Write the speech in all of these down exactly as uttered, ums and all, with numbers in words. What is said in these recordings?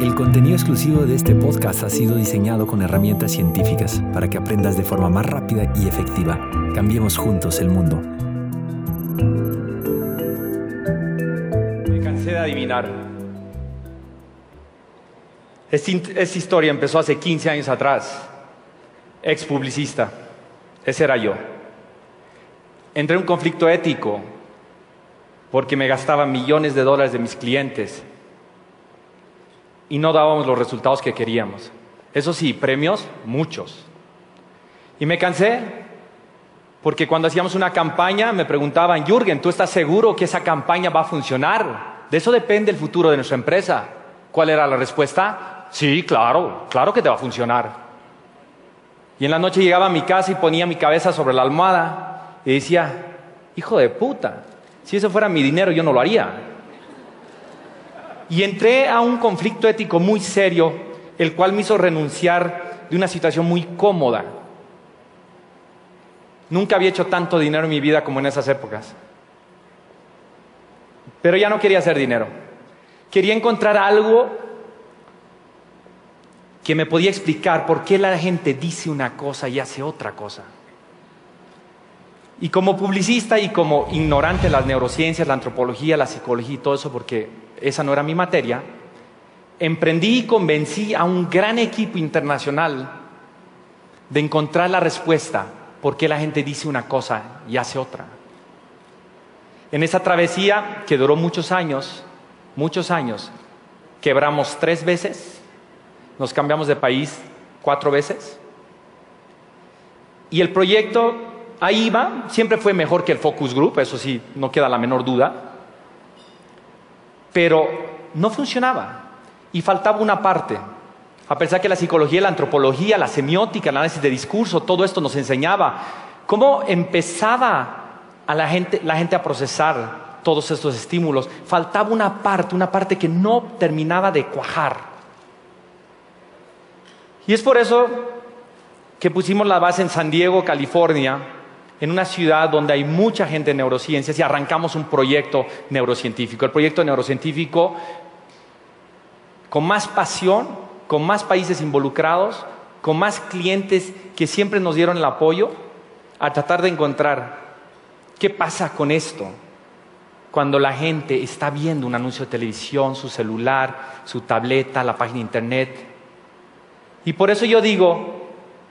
El contenido exclusivo de este podcast ha sido diseñado con herramientas científicas para que aprendas de forma más rápida y efectiva. Cambiemos juntos el mundo. Me cansé de adivinar. Esta, esta historia empezó hace quince años atrás. Ex publicista. Ese era yo. Entré en un conflicto ético porque me gastaba millones de dólares de mis clientes y no dábamos los resultados que queríamos. Eso sí, premios, muchos. Y me cansé porque cuando hacíamos una campaña me preguntaban: Jürgen, ¿tú estás seguro que esa campaña va a funcionar? De eso depende el futuro de nuestra empresa. ¿Cuál era la respuesta? Sí, claro, claro que te va a funcionar. Y en la noche llegaba a mi casa y ponía mi cabeza sobre la almohada y decía: hijo de puta, si eso fuera mi dinero yo no lo haría. Y entré a un conflicto ético muy serio, el cual me hizo renunciar de una situación muy cómoda. Nunca había hecho tanto dinero en mi vida como en esas épocas. Pero ya no quería hacer dinero. Quería encontrar algo que me podía explicar por qué la gente dice una cosa y hace otra cosa. Y como publicista y como ignorante de las neurociencias, la antropología, la psicología y todo eso, porque esa no era mi materia, emprendí y convencí a un gran equipo internacional de encontrar la respuesta por qué la gente dice una cosa y hace otra. En esa travesía, que duró muchos años, muchos años, quebramos tres veces, nos cambiamos de país cuatro veces, y el proyecto ahí iba, siempre fue mejor que el Focus Group, eso sí, no queda la menor duda, pero no funcionaba y faltaba una parte. A pesar que la psicología, la antropología, la semiótica, el análisis de discurso, todo esto nos enseñaba cómo empezaba a la gente, la gente a procesar todos estos estímulos, faltaba una parte, una parte que no terminaba de cuajar. Y es por eso que pusimos la base en San Diego, California, en una ciudad donde hay mucha gente en neurociencias, y arrancamos un proyecto neurocientífico. El proyecto neurocientífico con más pasión, con más países involucrados, con más clientes que siempre nos dieron el apoyo a tratar de encontrar qué pasa con esto cuando la gente está viendo un anuncio de televisión, su celular, su tableta, la página de internet. Y por eso yo digo,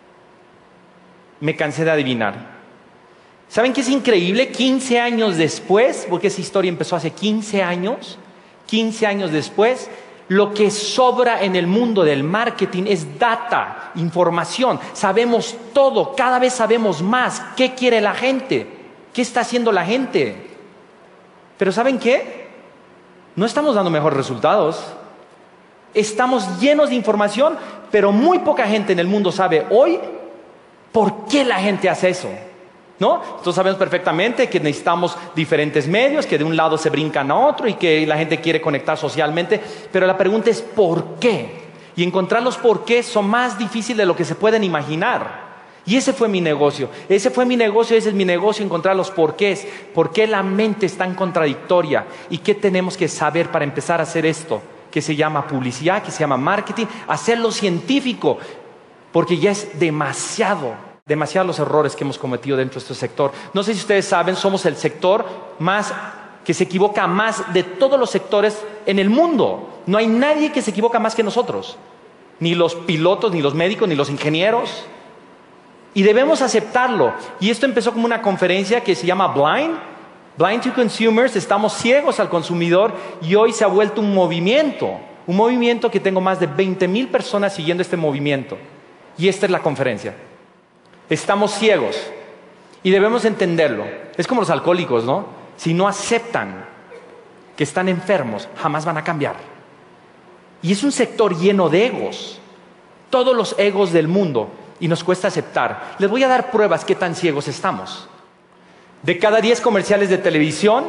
me cansé de adivinar. ¿Saben qué es increíble? quince años después, porque esa historia empezó hace quince años, quince años después, lo que sobra en el mundo del marketing es data, información. Sabemos todo, cada vez sabemos más. ¿Qué quiere la gente? ¿Qué está haciendo la gente? Pero ¿saben qué? No estamos dando mejores resultados. Estamos llenos de información, pero muy poca gente en el mundo sabe hoy por qué la gente hace eso, ¿no? Entonces sabemos perfectamente que necesitamos diferentes medios, que de un lado se brincan a otro y que la gente quiere conectar socialmente, pero la pregunta es ¿por qué? Y encontrar los por qué son más difíciles de lo que se pueden imaginar. Y ese fue mi negocio, ese fue mi negocio, ese es mi negocio, encontrar los porqués, por qué la mente es tan contradictoria y qué tenemos que saber para empezar a hacer esto, que se llama publicidad, que se llama marketing, hacerlo científico, porque ya es demasiado, demasiados los errores que hemos cometido dentro de este sector. No sé si ustedes saben, somos el sector más que se equivoca más de todos los sectores en el mundo. No hay nadie que se equivoca más que nosotros, ni los pilotos, ni los médicos, ni los ingenieros. Y debemos aceptarlo. Y esto empezó como una conferencia que se llama Blind, Blind to Consumers, estamos ciegos al consumidor, y hoy se ha vuelto un movimiento, un movimiento que tengo más de veinte mil personas siguiendo este movimiento. Y esta es la conferencia. Estamos ciegos y debemos entenderlo. Es como los alcohólicos, ¿no? Si no aceptan que están enfermos, jamás van a cambiar. Y es un sector lleno de egos, todos los egos del mundo, y nos cuesta aceptar. Les voy a dar pruebas qué tan ciegos estamos. De cada diez comerciales de televisión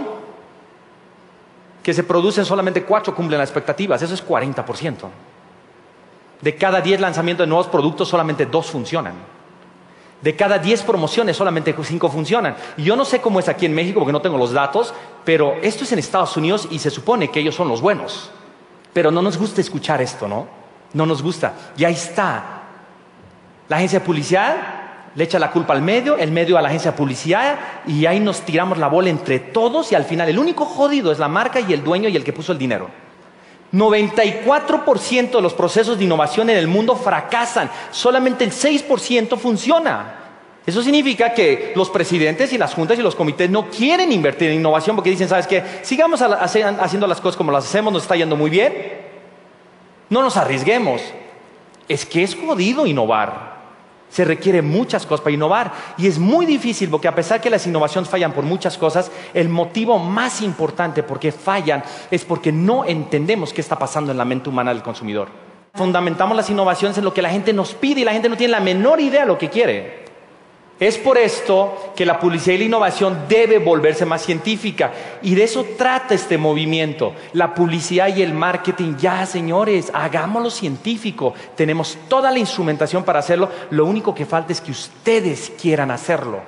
que se producen, solamente cuatro cumplen las expectativas. Eso es cuarenta por ciento. De cada diez lanzamientos de nuevos productos, solamente dos funcionan. De cada diez promociones, solamente cinco funcionan. Y yo no sé cómo es aquí en México, porque no tengo los datos, pero esto es en Estados Unidos y se supone que ellos son los buenos. Pero no nos gusta escuchar esto, ¿no? No nos gusta. Y ahí está. La agencia de publicidad le echa la culpa al medio, el medio a la agencia de publicidad, y ahí nos tiramos la bola entre todos y al final el único jodido es la marca y el dueño y el que puso el dinero. noventa y cuatro por ciento de los procesos de innovación en el mundo fracasan. Solamente el seis por ciento funciona. Eso significa que los presidentes y las juntas y los comités no quieren invertir en innovación porque dicen, ¿sabes qué? Sigamos haciendo las cosas como las hacemos, nos está yendo muy bien. No nos arriesguemos. Es que es jodido innovar. Se requiere muchas cosas para innovar y es muy difícil porque a pesar que las innovaciones fallan por muchas cosas, el motivo más importante por qué fallan es porque no entendemos qué está pasando en la mente humana del consumidor. Fundamentamos las innovaciones en lo que la gente nos pide y la gente no tiene la menor idea de lo que quiere. Es por esto que la publicidad y la innovación debe volverse más científica y de eso trata este movimiento. La publicidad y el marketing, ya señores, hagámoslo científico. Tenemos toda la instrumentación para hacerlo, lo único que falta es que ustedes quieran hacerlo.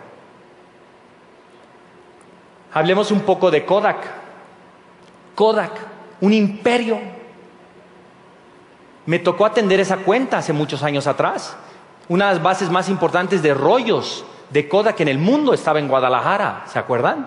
Hablemos un poco de Kodak. Kodak, un imperio. Me tocó atender esa cuenta hace muchos años atrás. Una de las bases más importantes de rollos de Kodak en el mundo estaba en Guadalajara, ¿se acuerdan?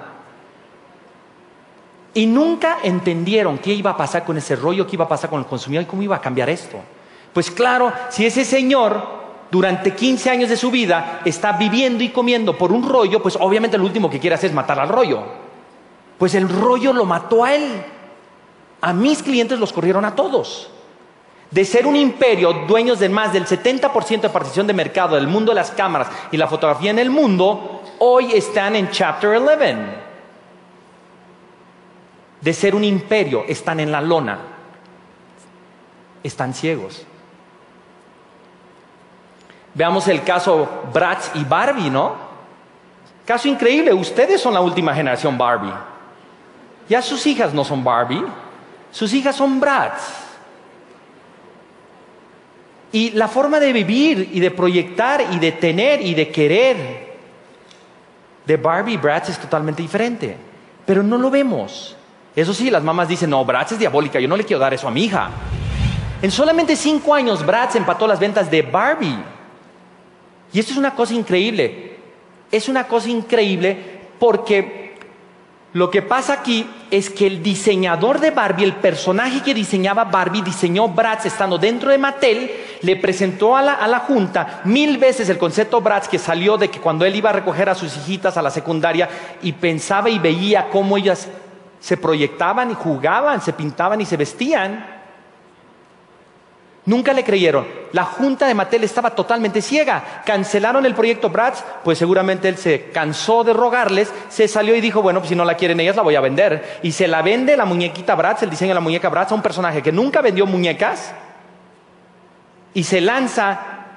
Y nunca entendieron qué iba a pasar con ese rollo, qué iba a pasar con el consumidor y cómo iba a cambiar esto. Pues claro, si ese señor durante quince años de su vida está viviendo y comiendo por un rollo, pues obviamente lo último que quiere hacer es matar al rollo. Pues el rollo lo mató a él. A mis clientes los corrieron a todos. De ser un imperio, dueños de más del setenta por ciento de participación de mercado del mundo de las cámaras y la fotografía en el mundo, hoy están en Chapter once. De ser un imperio, están en la lona. Están ciegos. Veamos el caso Bratz y Barbie, ¿no? Caso increíble, ustedes son la última generación Barbie. Ya sus hijas no son Barbie, sus hijas son Bratz. Y la forma de vivir y de proyectar y de tener y de querer de Barbie y Bratz es totalmente diferente. Pero no lo vemos. Eso sí, las mamás dicen, no, Bratz es diabólica, yo no le quiero dar eso a mi hija. En solamente cinco años Bratz empató las ventas de Barbie. Y esto es una cosa increíble. Es una cosa increíble porque lo que pasa aquí es que el diseñador de Barbie, el personaje que diseñaba Barbie, diseñó Bratz estando dentro de Mattel, le presentó a la, a la junta mil veces el concepto Bratz que salió de que cuando él iba a recoger a sus hijitas a la secundaria y pensaba y veía cómo ellas se proyectaban y jugaban, se pintaban y se vestían. Nunca le creyeron. La junta de Mattel estaba totalmente ciega. Cancelaron el proyecto Bratz, pues seguramente él se cansó de rogarles, se salió y dijo, bueno, pues si no la quieren ellas, la voy a vender. Y se la vende la muñequita Bratz, el diseño de la muñeca Bratz, a un personaje que nunca vendió muñecas. Y se lanza.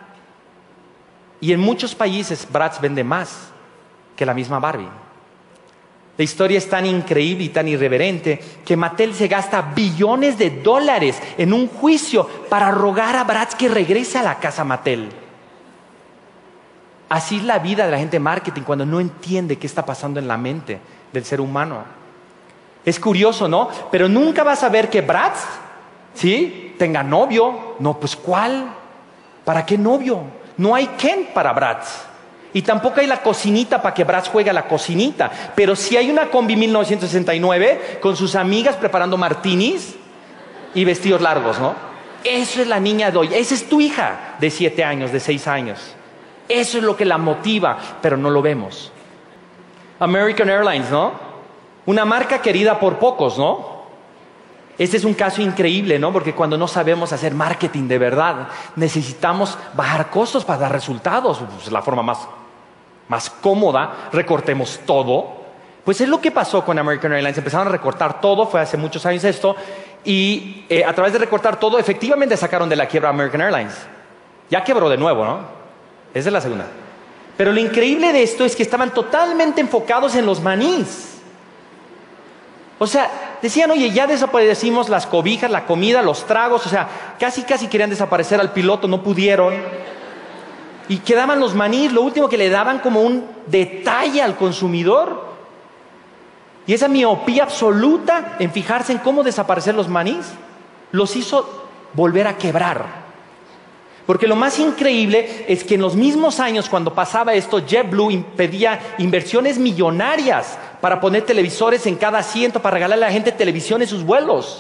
Y en muchos países Bratz vende más que la misma Barbie. La historia es tan increíble y tan irreverente que Mattel se gasta billones de dólares en un juicio para rogar a Bratz que regrese a la casa Mattel. Así es la vida de la gente de marketing cuando no entiende qué está pasando en la mente del ser humano. Es curioso, ¿no? Pero nunca vas a ver que Bratz, ¿sí?, tenga novio. No, pues ¿cuál? ¿Para qué novio? No hay Ken para Bratz. Y tampoco hay la cocinita para que Bratz juegue a la cocinita. Pero sí hay una combi mil novecientos sesenta y nueve con sus amigas preparando martinis y vestidos largos, ¿no? Eso es la niña de hoy. Esa es tu hija de siete años, de seis años. Eso es lo que la motiva, pero no lo vemos. American Airlines, ¿no? Una marca querida por pocos, ¿no? Este es un caso increíble, ¿no? Porque cuando no sabemos hacer marketing de verdad, necesitamos bajar costos para dar resultados. Es la forma más, más cómoda. Recortemos todo. Pues es lo que pasó con American Airlines. Empezaron a recortar todo, fue hace muchos años esto. Y eh, a través de recortar todo, efectivamente sacaron de la quiebra a American Airlines. Ya quebró de nuevo, ¿no? Esa es la segunda. Pero lo increíble de esto es que estaban totalmente enfocados en los manís. O sea, decían, oye, ya desaparecimos las cobijas, la comida, los tragos. O sea, casi, casi querían desaparecer al piloto, no pudieron. Y quedaban los manís, lo último que le daban como un detalle al consumidor. Y esa miopía absoluta en fijarse en cómo desaparecer los manís. los hizo volver a quebrar. Porque lo más increíble es que en los mismos años cuando pasaba esto, JetBlue pedía inversiones millonarias para poner televisores en cada asiento, para regalarle a la gente televisión en sus vuelos.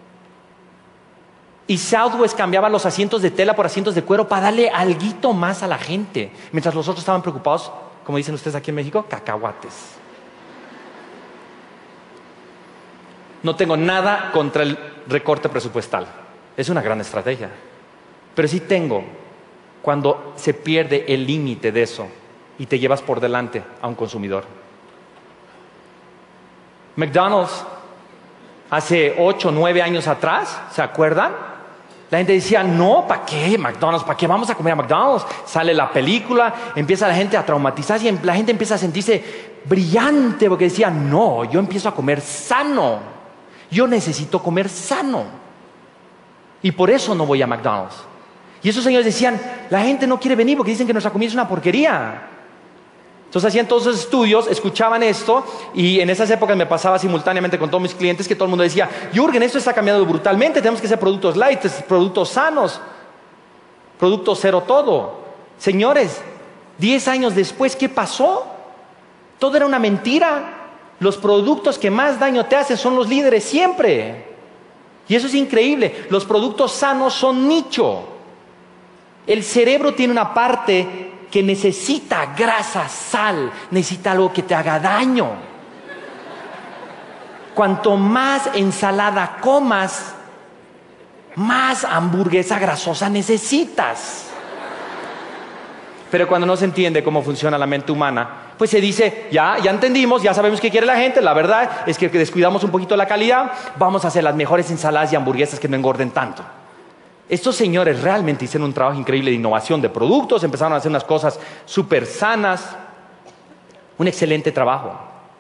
Y Southwest cambiaba los asientos de tela por asientos de cuero para darle alguito más a la gente. Mientras los otros estaban preocupados, como dicen ustedes aquí en México, cacahuates. No tengo nada contra el recorte presupuestal. Es una gran estrategia. Pero sí tengo cuando se pierde el límite de eso y te llevas por delante a un consumidor. McDonald's, hace ocho, nueve años atrás, ¿se acuerdan? La gente decía, no, ¿para qué McDonald's? ¿Para qué vamos a comer a McDonald's? Sale la película, empieza la gente a traumatizarse y la gente empieza a sentirse brillante porque decía, no, yo empiezo a comer sano. Yo necesito comer sano. Y por eso no voy a McDonald's. Y esos señores decían, la gente no quiere venir porque dicen que nuestra comida es una porquería. Entonces hacían todos esos estudios, escuchaban esto, y en esas épocas me pasaba simultáneamente con todos mis clientes que todo el mundo decía, Jürgen, esto está cambiando brutalmente, tenemos que hacer productos light, productos sanos, productos cero todo. Señores, diez años después, ¿qué pasó? Todo era una mentira. Los productos que más daño te hacen son los líderes siempre. Y eso es increíble. Los productos sanos son nicho. El cerebro tiene una parte que necesita grasa, sal, necesita algo que te haga daño. Cuanto más ensalada comas, más hamburguesa grasosa necesitas. Pero cuando no se entiende cómo funciona la mente humana, pues se dice, ya, ya entendimos, ya sabemos qué quiere la gente, la verdad es que descuidamos un poquito la calidad, vamos a hacer las mejores ensaladas y hamburguesas que no engorden tanto. Estos señores realmente hicieron un trabajo increíble de innovación de productos, empezaron a hacer unas cosas súper sanas, un excelente trabajo.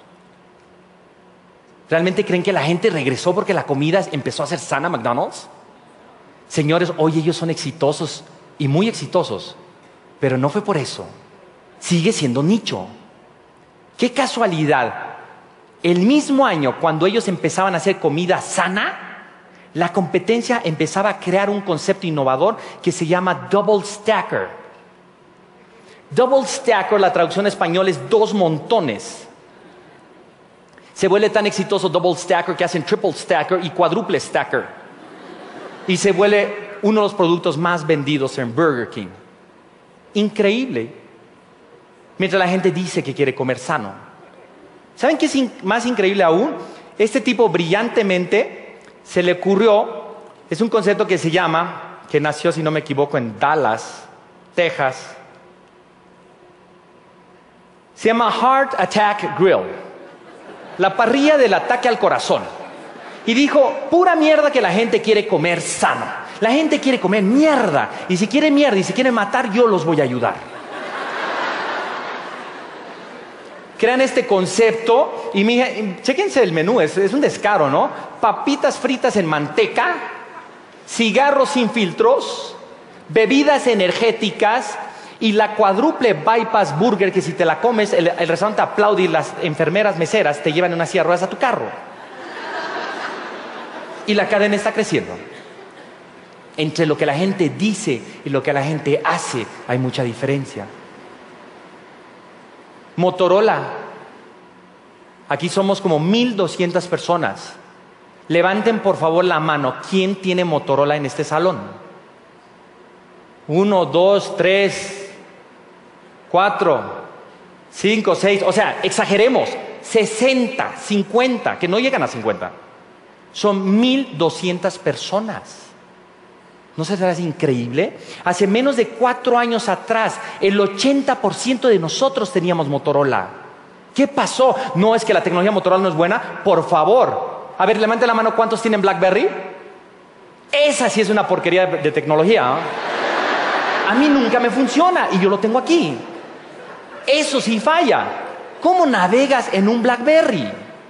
¿Realmente creen que la gente regresó porque la comida empezó a ser sana a McDonald's? Señores, hoy ellos son exitosos y muy exitosos, pero no fue por eso. Sigue siendo nicho. ¡Qué casualidad! El mismo año, cuando ellos empezaban a hacer comida sana, la competencia empezaba a crear un concepto innovador que se llama Double Stacker. Double Stacker, la traducción española es dos montones. Se vuelve tan exitoso Double Stacker que hacen Triple Stacker y Quadruple Stacker. Y se vuelve uno de los productos más vendidos en Burger King. Increíble. Mientras la gente dice que quiere comer sano. ¿Saben qué es in- más increíble aún? Este tipo brillantemente se le ocurrió, es un concepto que se llama, que nació, si no me equivoco, en Dallas, Texas. Se llama Heart Attack Grill. La parrilla del ataque al corazón. Y dijo, pura mierda que la gente quiere comer sano. La gente quiere comer mierda. Y si quiere mierda y si quiere matar, yo los voy a ayudar. Crean este concepto y mija, chéquense el menú, es, es un descaro, ¿no? Papitas fritas en manteca, cigarros sin filtros, bebidas energéticas y la cuádruple bypass burger que si te la comes, el, el restaurante aplaude y las enfermeras meseras te llevan en una silla de ruedas a tu carro. Y la cadena está creciendo. Entre lo que la gente dice y lo que la gente hace hay mucha diferencia. Motorola. Aquí somos como mil doscientas personas. Levanten por favor la mano. ¿Quién tiene Motorola en este salón? Uno, dos, tres, cuatro, cinco, seis. O sea, exageremos. Sesenta, cincuenta, que no llegan a cincuenta. Son mil doscientas personas. ¿No se te hace increíble? Hace menos de cuatro años atrás, el ochenta por ciento de nosotros teníamos Motorola. ¿Qué pasó? ¿No es que la tecnología Motorola no es buena? Por favor. A ver, levante la mano, ¿cuántos tienen BlackBerry? Esa sí es una porquería de, de tecnología, ¿eh? A mí nunca me funciona y yo lo tengo aquí. Eso sí falla. ¿Cómo navegas en un BlackBerry?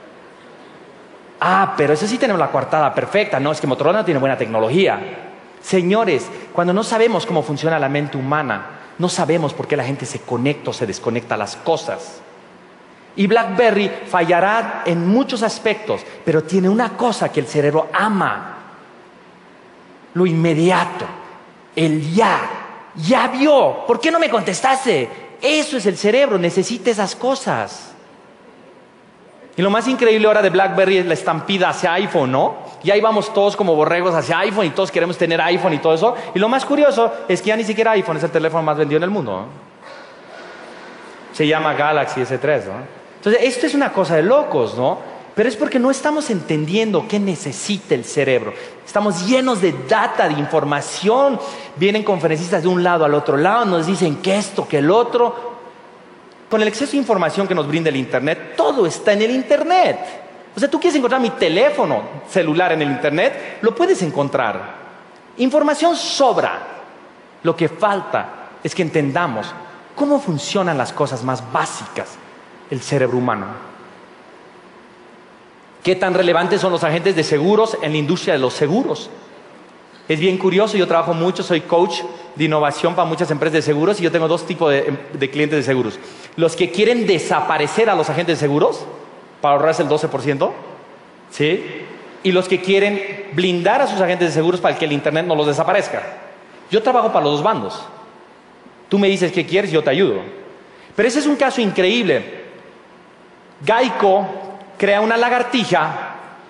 Ah, pero eso sí tenemos la coartada perfecta. No, es que Motorola no tiene buena tecnología. Señores, cuando no sabemos cómo funciona la mente humana, no sabemos por qué la gente se conecta o se desconecta a las cosas. Y BlackBerry fallará en muchos aspectos, pero tiene una cosa que el cerebro ama. lo inmediato, el ya. Ya vio, ¿por qué no me contestaste? Eso es el cerebro, necesita esas cosas. Y lo más increíble ahora de BlackBerry es la estampida hacia iPhone, ¿no? Y ahí vamos todos como borregos hacia iPhone y todos queremos tener iPhone y todo eso. Y lo más curioso es que ya ni siquiera iPhone es el teléfono más vendido en el mundo, ¿no? Se llama Galaxy ese tres, ¿no? Entonces, esto es una cosa de locos, ¿no? Pero es porque no estamos entendiendo qué necesita el cerebro. Estamos llenos de data, de información. Vienen conferencistas de un lado al otro lado, nos dicen que esto, que el otro. Con el exceso de información que nos brinda el Internet, todo está en el Internet. O sea, tú quieres encontrar mi teléfono celular en el Internet, lo puedes encontrar. Información sobra. Lo que falta es que entendamos cómo funcionan las cosas más básicas del cerebro humano. ¿Qué tan relevantes son los agentes de seguros en la industria de los seguros? Es bien curioso, yo trabajo mucho, soy coach de innovación para muchas empresas de seguros y yo tengo dos tipos de, de clientes de seguros. Los que quieren desaparecer a los agentes de seguros para ahorrarse el doce por ciento, ¿sí? Y los que quieren blindar a sus agentes de seguros para que el Internet no los desaparezca. Yo trabajo para los dos bandos. Tú me dices qué quieres y yo te ayudo. Pero ese es un caso increíble. Geico crea una lagartija,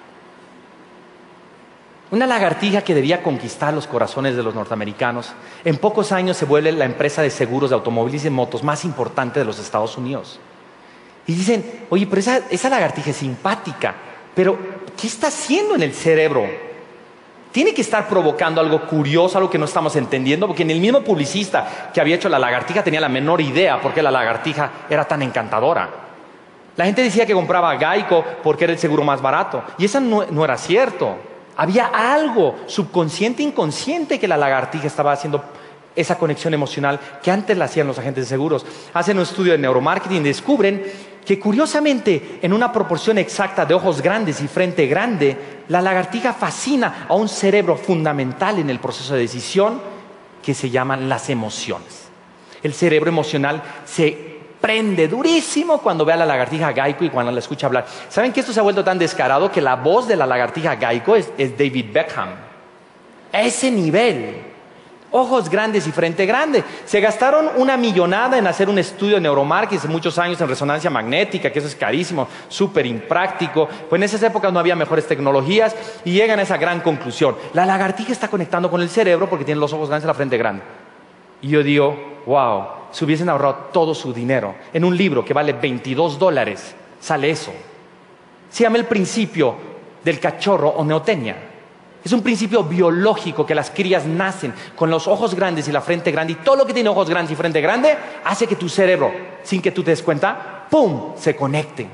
una lagartija que debía conquistar los corazones de los norteamericanos. En pocos años se vuelve la empresa de seguros de automóviles y de motos más importante de los Estados Unidos. Y dicen, oye, pero esa, esa lagartija es simpática, pero ¿qué está haciendo en el cerebro? Tiene que estar provocando algo curioso, algo que no estamos entendiendo, porque ni el mismo publicista que había hecho la lagartija tenía la menor idea por qué la lagartija era tan encantadora. La gente decía que compraba a Geico porque era el seguro más barato. Y eso no, no era cierto. Había algo subconsciente, inconsciente que la lagartija estaba haciendo esa conexión emocional que antes la hacían los agentes de seguros. Hacen un estudio de neuromarketing y descubren que curiosamente en una proporción exacta de ojos grandes y frente grande, la lagartija fascina a un cerebro fundamental en el proceso de decisión que se llaman las emociones. El cerebro emocional se prende durísimo cuando ve a la lagartija Geico y cuando la escucha hablar. ¿Saben que esto se ha vuelto tan descarado que la voz de la lagartija Geico es, es David Beckham? A ese nivel. Ojos grandes y frente grande. Se gastaron una millonada en hacer un estudio de neuromarketing hace muchos años en resonancia magnética, que eso es carísimo, súper impráctico. Pues en esas épocas no había mejores tecnologías y llegan a esa gran conclusión. La lagartija está conectando con el cerebro porque tiene los ojos grandes y la frente grande. Y yo digo, wow, se hubiesen ahorrado todo su dinero. En un libro que vale veintidós dólares sale eso. Se llama El principio del cachorro o neotenia. Es un principio biológico que las crías nacen con los ojos grandes y la frente grande. Y todo lo que tiene ojos grandes y frente grande hace que tu cerebro, sin que tú te des cuenta, ¡pum!, se conecten.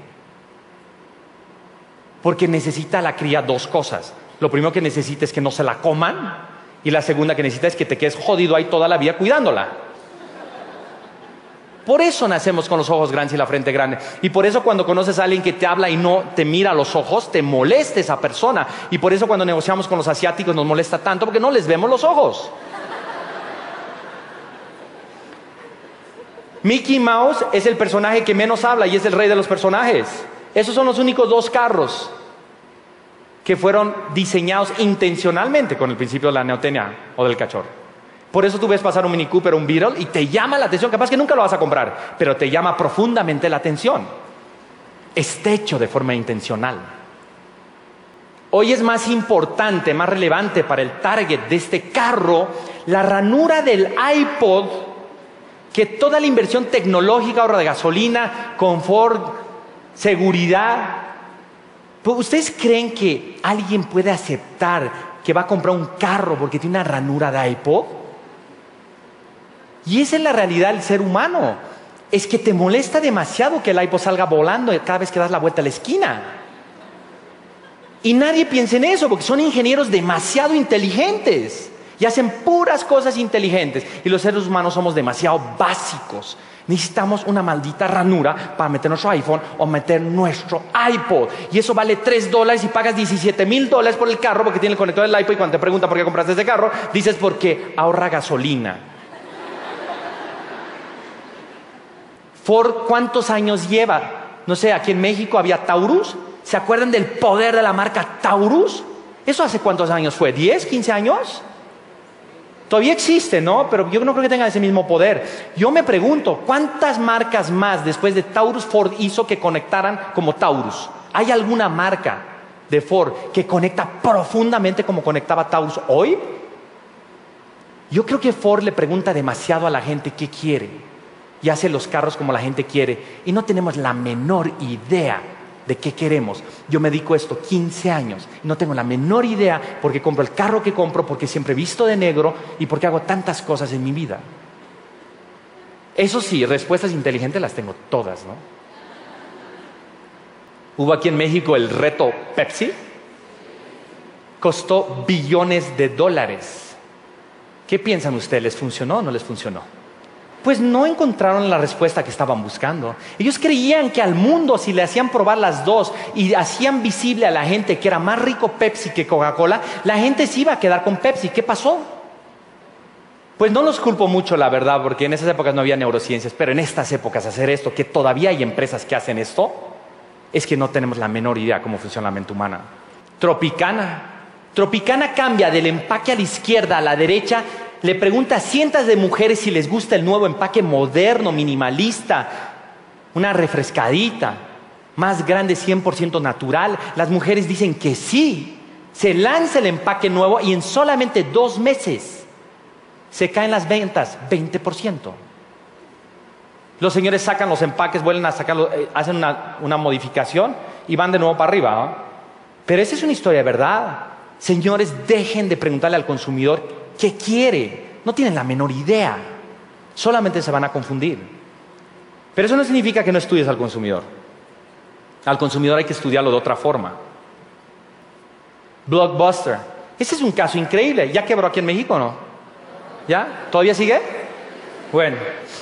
Porque necesita la cría dos cosas. Lo primero que necesita es que no se la coman. Y la segunda que necesita es que te quedes jodido ahí toda la vida cuidándola. Por eso nacemos con los ojos grandes y la frente grande. Y por eso cuando conoces a alguien que te habla y no te mira a los ojos, te molesta esa persona. Y por eso cuando negociamos con los asiáticos nos molesta tanto porque no les vemos los ojos. Mickey Mouse es el personaje que menos habla y es el rey de los personajes. Esos son los únicos dos carros que fueron diseñados intencionalmente con el principio de la neotenia o del cachorro. Por eso tú ves pasar un Mini Cooper o un Beetle y te llama la atención. Capaz que nunca lo vas a comprar, pero te llama profundamente la atención. Está hecho de forma intencional. Hoy es más importante, más relevante para el target de este carro la ranura del iPod que toda la inversión tecnológica, ahorro de gasolina, confort, seguridad. ¿Ustedes creen que alguien puede aceptar que va a comprar un carro porque tiene una ranura de iPod? Y esa es la realidad del ser humano. Es que te molesta demasiado que el iPod salga volando cada vez que das la vuelta a la esquina. Y nadie piensa en eso porque son ingenieros demasiado inteligentes y hacen puras cosas inteligentes. Y los seres humanos somos demasiado básicos. Necesitamos una maldita ranura para meter nuestro iPhone o meter nuestro iPod. Y eso vale tres dólares y pagas diecisiete mil dólares por el carro porque tiene el conector del iPod. Y cuando te preguntan por qué compraste ese carro, dices porque ahorra gasolina. Ford, ¿cuántos años lleva? No sé, aquí en México había Taurus. ¿Se acuerdan del poder de la marca Taurus? ¿Eso hace cuántos años fue? ¿diez, quince años? Todavía existe, ¿no? Pero yo no creo que tenga ese mismo poder. Yo me pregunto, ¿cuántas marcas más después de Taurus Ford hizo que conectaran como Taurus? ¿Hay alguna marca de Ford que conecta profundamente como conectaba Taurus hoy? Yo creo que Ford le pregunta demasiado a la gente qué quiere y hace los carros como la gente quiere y no tenemos la menor idea de qué queremos. Yo me dedico a esto quince años y no tengo la menor idea porque compro el carro que compro, porque siempre he visto de negro y porque hago tantas cosas en mi vida. Eso sí, respuestas inteligentes las tengo todas, ¿no? Hubo aquí en México el reto Pepsi. Costó billones de dólares. ¿Qué piensan ustedes? ¿Les funcionó o no les funcionó? Pues no encontraron la respuesta que estaban buscando. Ellos creían que al mundo, si le hacían probar las dos y hacían visible a la gente que era más rico Pepsi que Coca-Cola, la gente se iba a quedar con Pepsi. ¿Qué pasó? Pues no los culpo mucho, la verdad, porque en esas épocas no había neurociencias, pero en estas épocas hacer esto, que todavía hay empresas que hacen esto, es que no tenemos la menor idea cómo funciona la mente humana. Tropicana. Tropicana cambia del empaque a la izquierda a la derecha. Le pregunta a cientos de mujeres si les gusta el nuevo empaque moderno, minimalista, una refrescadita, más grande, cien por ciento natural. Las mujeres dicen que sí. Se lanza el empaque nuevo y en solamente dos meses se caen las ventas, veinte por ciento. Los señores sacan los empaques, vuelven a sacarlo, eh, hacen una, una modificación y van de nuevo para arriba, ¿no? Pero esa es una historia de verdad. Señores, dejen de preguntarle al consumidor qué quiere. No tienen la menor idea. Solamente se van a confundir. Pero eso no significa que no estudies al consumidor. Al consumidor hay que estudiarlo de otra forma. Blockbuster. Ese es un caso increíble. ¿Ya quebró aquí en México o no? ¿Ya? ¿Todavía sigue? Bueno.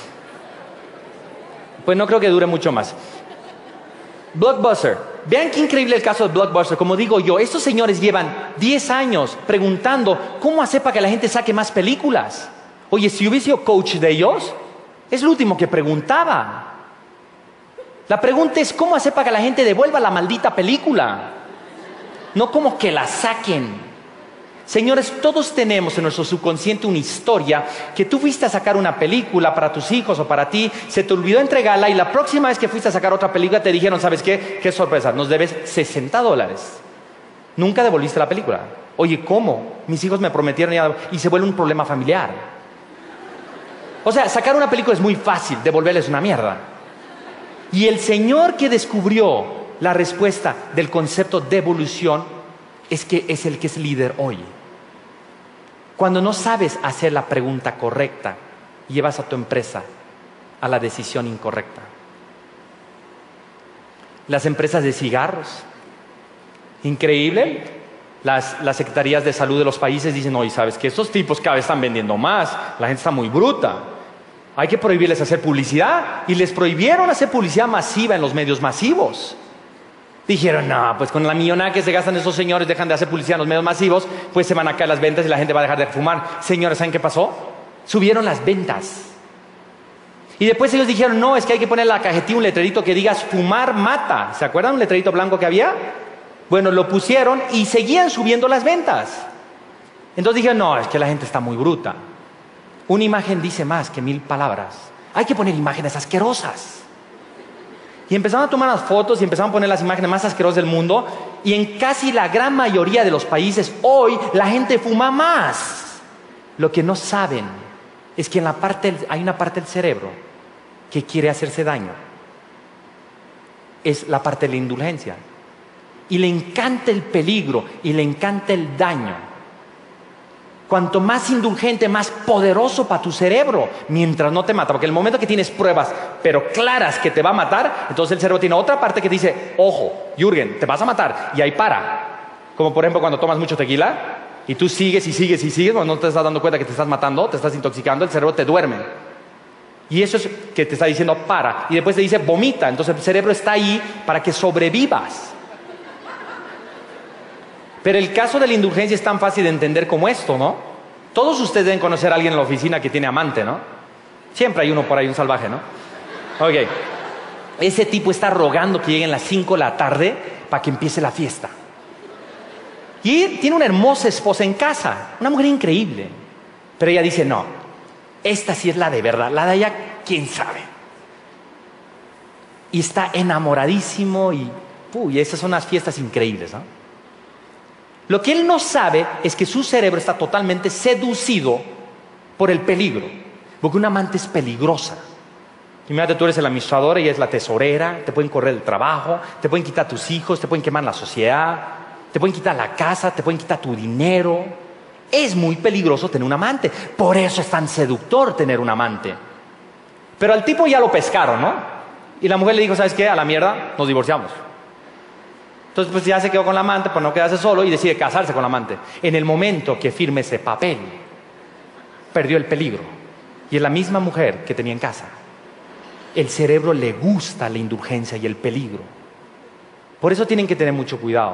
Pues no creo que dure mucho más. Blockbuster. Vean qué increíble el caso de Blockbuster. Como digo yo, estos señores llevan diez años preguntando cómo hacer para que la gente saque más películas. Oye, si hubiese sido coach de ellos, es lo último que preguntaba. La pregunta es cómo hacer para que la gente devuelva la maldita película. No como que la saquen. Señores, todos tenemos en nuestro subconsciente una historia que tú fuiste a sacar una película para tus hijos o para ti, se te olvidó entregarla y la próxima vez que fuiste a sacar otra película te dijeron, ¿sabes qué? Qué sorpresa, nos debes sesenta dólares. Nunca devolviste la película. Oye, ¿cómo? Mis hijos me prometieron ya, y se vuelve un problema familiar. O sea, sacar una película es muy fácil, devolverles una mierda. Y el señor que descubrió la respuesta del concepto de evolución es que es el que es líder hoy. Cuando no sabes hacer la pregunta correcta, llevas a tu empresa a la decisión incorrecta. Las empresas de cigarros, increíble. Las, las secretarías de salud de los países dicen, oye, ¿sabes qué? Estos tipos cada vez están vendiendo más, la gente está muy bruta. Hay que prohibirles hacer publicidad. Y les prohibieron hacer publicidad masiva en los medios masivos. Dijeron, no, pues con la millonada que se gastan esos señores, dejan de hacer publicidad en los medios masivos, pues se van a caer las ventas y la gente va a dejar de fumar. Señores, ¿saben qué pasó? Subieron las ventas. Y después ellos dijeron, no, es que hay que poner en la cajetilla un letrerito que diga fumar mata. ¿Se acuerdan un letrerito blanco que había? Bueno, lo pusieron y seguían subiendo las ventas. Entonces dijeron, no, es que la gente está muy bruta. Una imagen dice más que mil palabras. Hay que poner imágenes asquerosas. Y empezaron a tomar las fotos y empezaron a poner las imágenes más asquerosas del mundo. Y en casi la gran mayoría de los países hoy la gente fuma más. Lo que no saben es que en la parte, hay una parte del cerebro que quiere hacerse daño. Es la parte de la indulgencia. Y le encanta el peligro y le encanta el daño. Cuanto más indulgente, más poderoso para tu cerebro, mientras no te mata. Porque el momento que tienes pruebas, pero claras que te va a matar, entonces el cerebro tiene otra parte que dice, ojo, Jürgen, te vas a matar, y ahí para. Como por ejemplo cuando tomas mucho tequila, y tú sigues y sigues y sigues, cuando no te estás dando cuenta que te estás matando, te estás intoxicando, el cerebro te duerme. Y eso es que te está diciendo, para. Y después te dice, vomita. Entonces el cerebro está ahí para que sobrevivas. Pero el caso de la indulgencia es tan fácil de entender como esto, ¿no? Todos ustedes deben conocer a alguien en la oficina que tiene amante, ¿no? Siempre hay uno por ahí, un salvaje, ¿no? Ok. Ese tipo está rogando que lleguen las cinco de la tarde para que empiece la fiesta. Y tiene una hermosa esposa en casa, una mujer increíble. Pero ella dice, no, esta sí es la de verdad, la de allá, quién sabe. Y está enamoradísimo y, uy, esas son unas fiestas increíbles, ¿no? Lo que él no sabe es que su cerebro está totalmente seducido por el peligro, porque una amante es peligrosa. Imagínate, tú eres el administrador, ella es la tesorera, te pueden correr el trabajo, te pueden quitar tus hijos, te pueden quemar la sociedad, te pueden quitar la casa, te pueden quitar tu dinero. Es muy peligroso tener un amante, por eso es tan seductor tener un amante. Pero al tipo ya lo pescaron, ¿no? Y la mujer le dijo, ¿sabes qué? A la mierda, nos divorciamos. Entonces pues ya se quedó con la amante por no quedarse solo y decide casarse con la amante. En el momento que firme ese papel, perdió el peligro. Y es la misma mujer que tenía en casa. El cerebro le gusta la indulgencia y el peligro. Por eso tienen que tener mucho cuidado.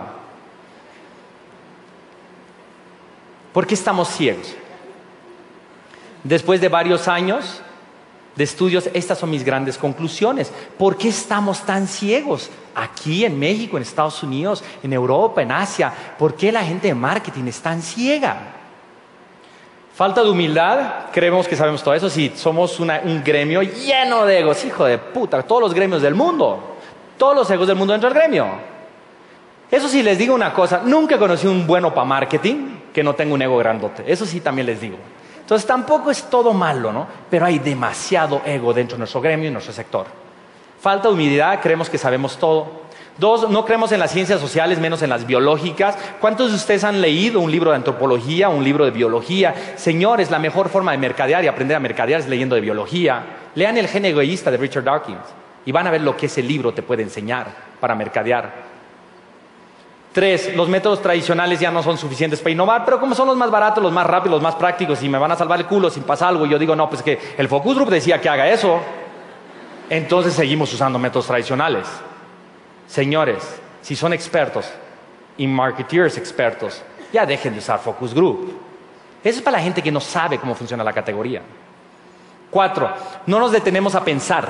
¿Por qué estamos ciegos? Después de varios años de estudios, estas son mis grandes conclusiones. ¿Por qué estamos tan ciegos? Aquí en México, en Estados Unidos, en Europa, en Asia. ¿Por qué la gente de marketing es tan ciega? Falta de humildad, creemos que sabemos todo eso. Si somos una, un gremio lleno de egos, hijo de puta, todos los gremios del mundo, todos los egos del mundo dentro del gremio. Eso sí, les digo una cosa, nunca conocí un bueno para marketing que no tenga un ego grandote. Eso sí también les digo. Entonces tampoco es todo malo, ¿no? Pero hay demasiado ego dentro de nuestro gremio y nuestro sector. Falta de humildad, creemos que sabemos todo. Dos, no creemos en las ciencias sociales, menos en las biológicas. ¿Cuántos de ustedes han leído un libro de antropología, un libro de biología? Señores, la mejor forma de mercadear y aprender a mercadear es leyendo de biología. Lean El gen egoísta de Richard Dawkins y van a ver lo que ese libro te puede enseñar para mercadear. Tres, los métodos tradicionales ya no son suficientes para innovar, pero como son los más baratos, los más rápidos, los más prácticos y me van a salvar el culo si pasa algo, yo digo, no, pues que el focus group decía que haga eso. Entonces seguimos usando métodos tradicionales. Señores, si son expertos y marketeers expertos, ya dejen de usar focus group. Eso es para la gente que no sabe cómo funciona la categoría. Cuatro, no nos detenemos a pensar.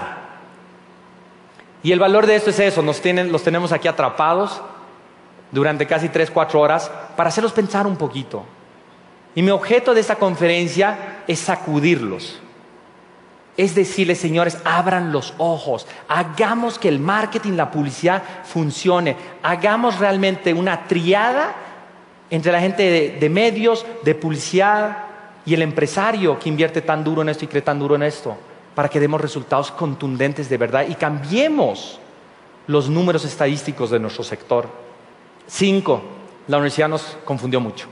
Y el valor de esto es eso, nos tienen, los tenemos aquí atrapados durante casi tres, cuatro horas para hacerlos pensar un poquito. Y mi objeto de esta conferencia es sacudirlos. Es decirles, señores, abran los ojos, hagamos que el marketing, la publicidad funcione, hagamos realmente una triada entre la gente de, de medios, de publicidad y el empresario que invierte tan duro en esto y cree tan duro en esto, para que demos resultados contundentes de verdad y cambiemos los números estadísticos de nuestro sector. Cinco, la universidad nos confundió mucho.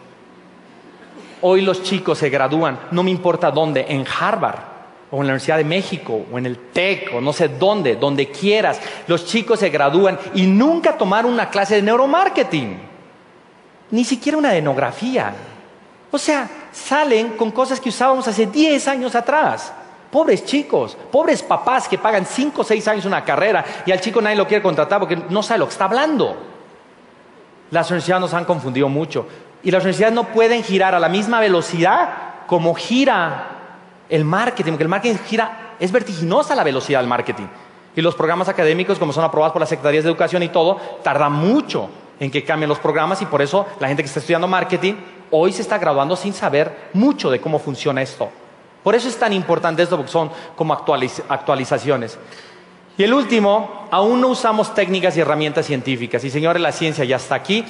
Hoy los chicos se gradúan, no me importa dónde, en Harvard, o en la Universidad de México, o en el TEC, o no sé dónde, donde quieras. Los chicos se gradúan y nunca tomaron una clase de neuromarketing. Ni siquiera una de etnografía. O sea, salen con cosas que usábamos hace diez años atrás. Pobres chicos, pobres papás que pagan cinco o seis años una carrera y al chico nadie lo quiere contratar porque no sabe lo que está hablando. Las universidades nos han confundido mucho. Y las universidades no pueden girar a la misma velocidad como gira el marketing, porque el marketing gira, es vertiginosa la velocidad del marketing. Y los programas académicos, como son aprobados por las secretarías de educación y todo, tarda mucho en que cambien los programas y por eso la gente que está estudiando marketing hoy se está graduando sin saber mucho de cómo funciona esto. Por eso es tan importante esto, porque son como actualiz- actualizaciones. Y el último, aún no usamos técnicas y herramientas científicas. Y señores, la ciencia ya está aquí.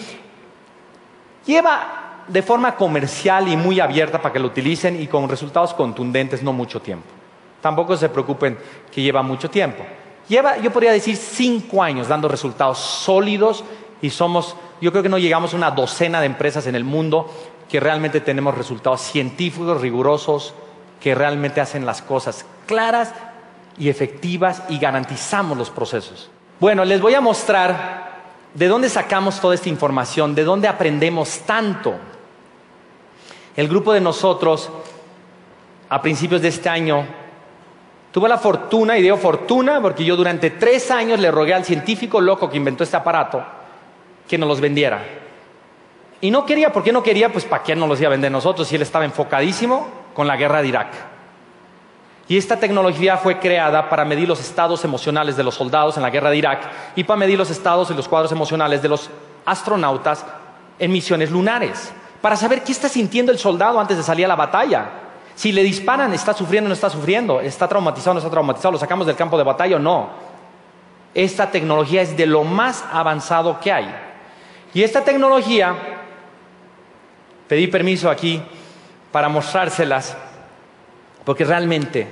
Lleva de forma comercial y muy abierta para que lo utilicen y con resultados contundentes no mucho tiempo. Tampoco se preocupen que lleva mucho tiempo. Lleva, yo podría decir, cinco años dando resultados sólidos y somos, yo creo que no llegamos a una docena de empresas en el mundo que realmente tenemos resultados científicos, rigurosos, que realmente hacen las cosas claras y efectivas y garantizamos los procesos. Bueno, les voy a mostrar de dónde sacamos toda esta información, de dónde aprendemos tanto. El grupo de nosotros, a principios de este año, tuvo la fortuna, y digo fortuna porque yo durante tres años le rogué al científico loco que inventó este aparato que nos los vendiera. Y no quería, ¿por qué no quería? Pues ¿para qué nos los iba a vender nosotros si él estaba enfocadísimo con la guerra de Irak? Y esta tecnología fue creada para medir los estados emocionales de los soldados en la guerra de Irak y para medir los estados y los cuadros emocionales de los astronautas en misiones lunares, para saber qué está sintiendo el soldado antes de salir a la batalla. Si le disparan, ¿está sufriendo o no está sufriendo? ¿Está traumatizado o no está traumatizado? ¿Lo sacamos del campo de batalla o no? Esta tecnología es de lo más avanzado que hay. Y esta tecnología, pedí permiso aquí para mostrárselas, porque realmente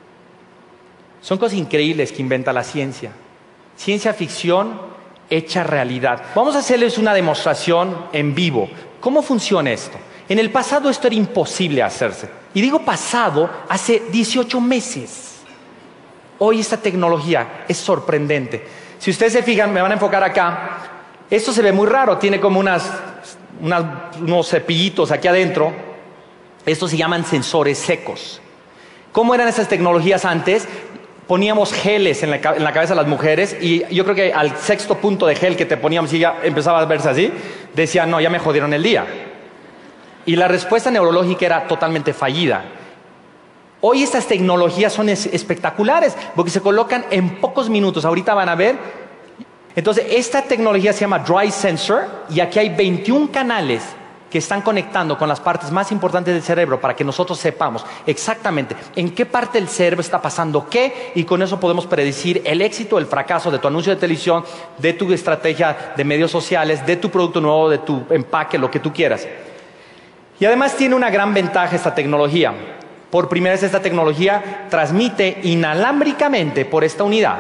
son cosas increíbles que inventa la ciencia. Ciencia ficción hecha realidad. Vamos a hacerles una demostración en vivo. ¿Cómo funciona esto? En el pasado esto era imposible hacerse. Y digo pasado, hace dieciocho meses. Hoy esta tecnología es sorprendente. Si ustedes se fijan, me van a enfocar acá. Esto se ve muy raro, tiene como unas, unas, unos cepillitos aquí adentro. Estos se llaman sensores secos. ¿Cómo eran esas tecnologías antes? Poníamos geles en la, en la cabeza de las mujeres y yo creo que al sexto punto de gel que te poníamos y ya empezaba a verse así, decían, no, ya me jodieron el día. Y la respuesta neurológica era totalmente fallida. Hoy estas tecnologías son es, espectaculares porque se colocan en pocos minutos. Ahorita van a ver. Entonces, esta tecnología se llama Dry Sensor y aquí hay veintiún canales que están conectando con las partes más importantes del cerebro para que nosotros sepamos exactamente en qué parte del cerebro está pasando qué, y con eso podemos predecir el éxito o el fracaso de tu anuncio de televisión, de tu estrategia de medios sociales, de tu producto nuevo, de tu empaque, lo que tú quieras. Y además tiene una gran ventaja esta tecnología. Por primera vez esta tecnología transmite inalámbricamente por esta unidad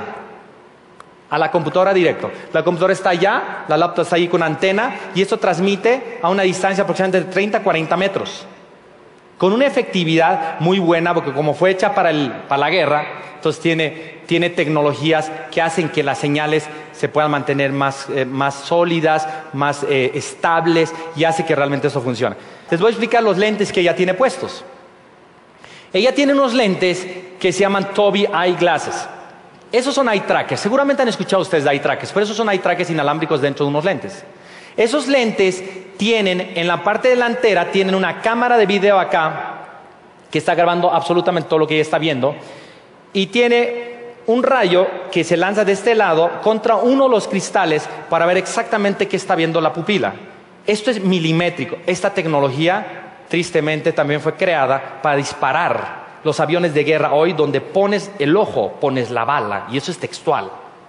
a la computadora directo. La computadora está allá, la laptop está ahí con antena y esto transmite a una distancia aproximadamente de treinta a cuarenta metros. Con una efectividad muy buena porque como fue hecha para, el, para la guerra, entonces tiene, tiene tecnologías que hacen que las señales se puedan mantener más, eh, más sólidas, más eh, estables y hace que realmente eso funcione. Les voy a explicar los lentes que ella tiene puestos. Ella tiene unos lentes que se llaman Tobii Eye Glasses. Esos son eye trackers. Seguramente han escuchado ustedes de eye trackers, pero esos son eye trackers inalámbricos dentro de unos lentes. Esos lentes tienen, en la parte delantera, tienen una cámara de video acá, que está grabando absolutamente todo lo que ella está viendo, y tiene un rayo que se lanza de este lado contra uno de los cristales para ver exactamente qué está viendo la pupila. Esto es milimétrico. Esta tecnología, tristemente, también fue creada para disparar los aviones de guerra hoy, donde pones el ojo, pones la bala, y eso es textual.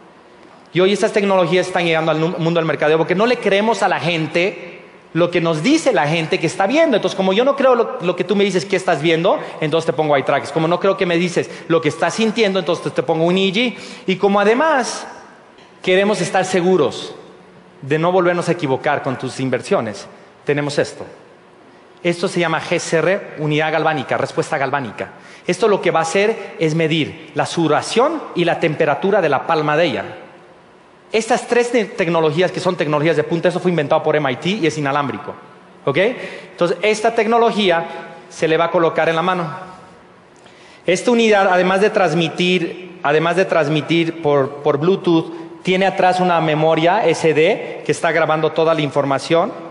Y hoy estas tecnologías están llegando al mundo del mercadeo porque no le creemos a la gente lo que nos dice la gente que está viendo. Entonces, como yo no creo lo, lo que tú me dices que estás viendo, entonces te pongo eye trackers. Como no creo que me dices lo que estás sintiendo, entonces te pongo un E E G. Y como además queremos estar seguros de no volvernos a equivocar con tus inversiones, tenemos esto. Esto se llama G C R, unidad galvánica, respuesta galvánica. Esto lo que va a hacer es medir la sudoración y la temperatura de la palma de ella. Estas tres te tecnologías que son tecnologías de punta, eso fue inventado por M I T y es inalámbrico. ¿Ok? Entonces, esta tecnología se le va a colocar en la mano. Esta unidad, además de transmitir, además de transmitir por, por Bluetooth, tiene atrás una memoria S D que está grabando toda la información.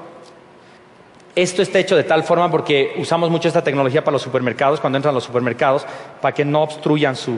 Esto está hecho de tal forma porque usamos mucho esta tecnología para los supermercados, cuando entran a los supermercados, para que no obstruyan su,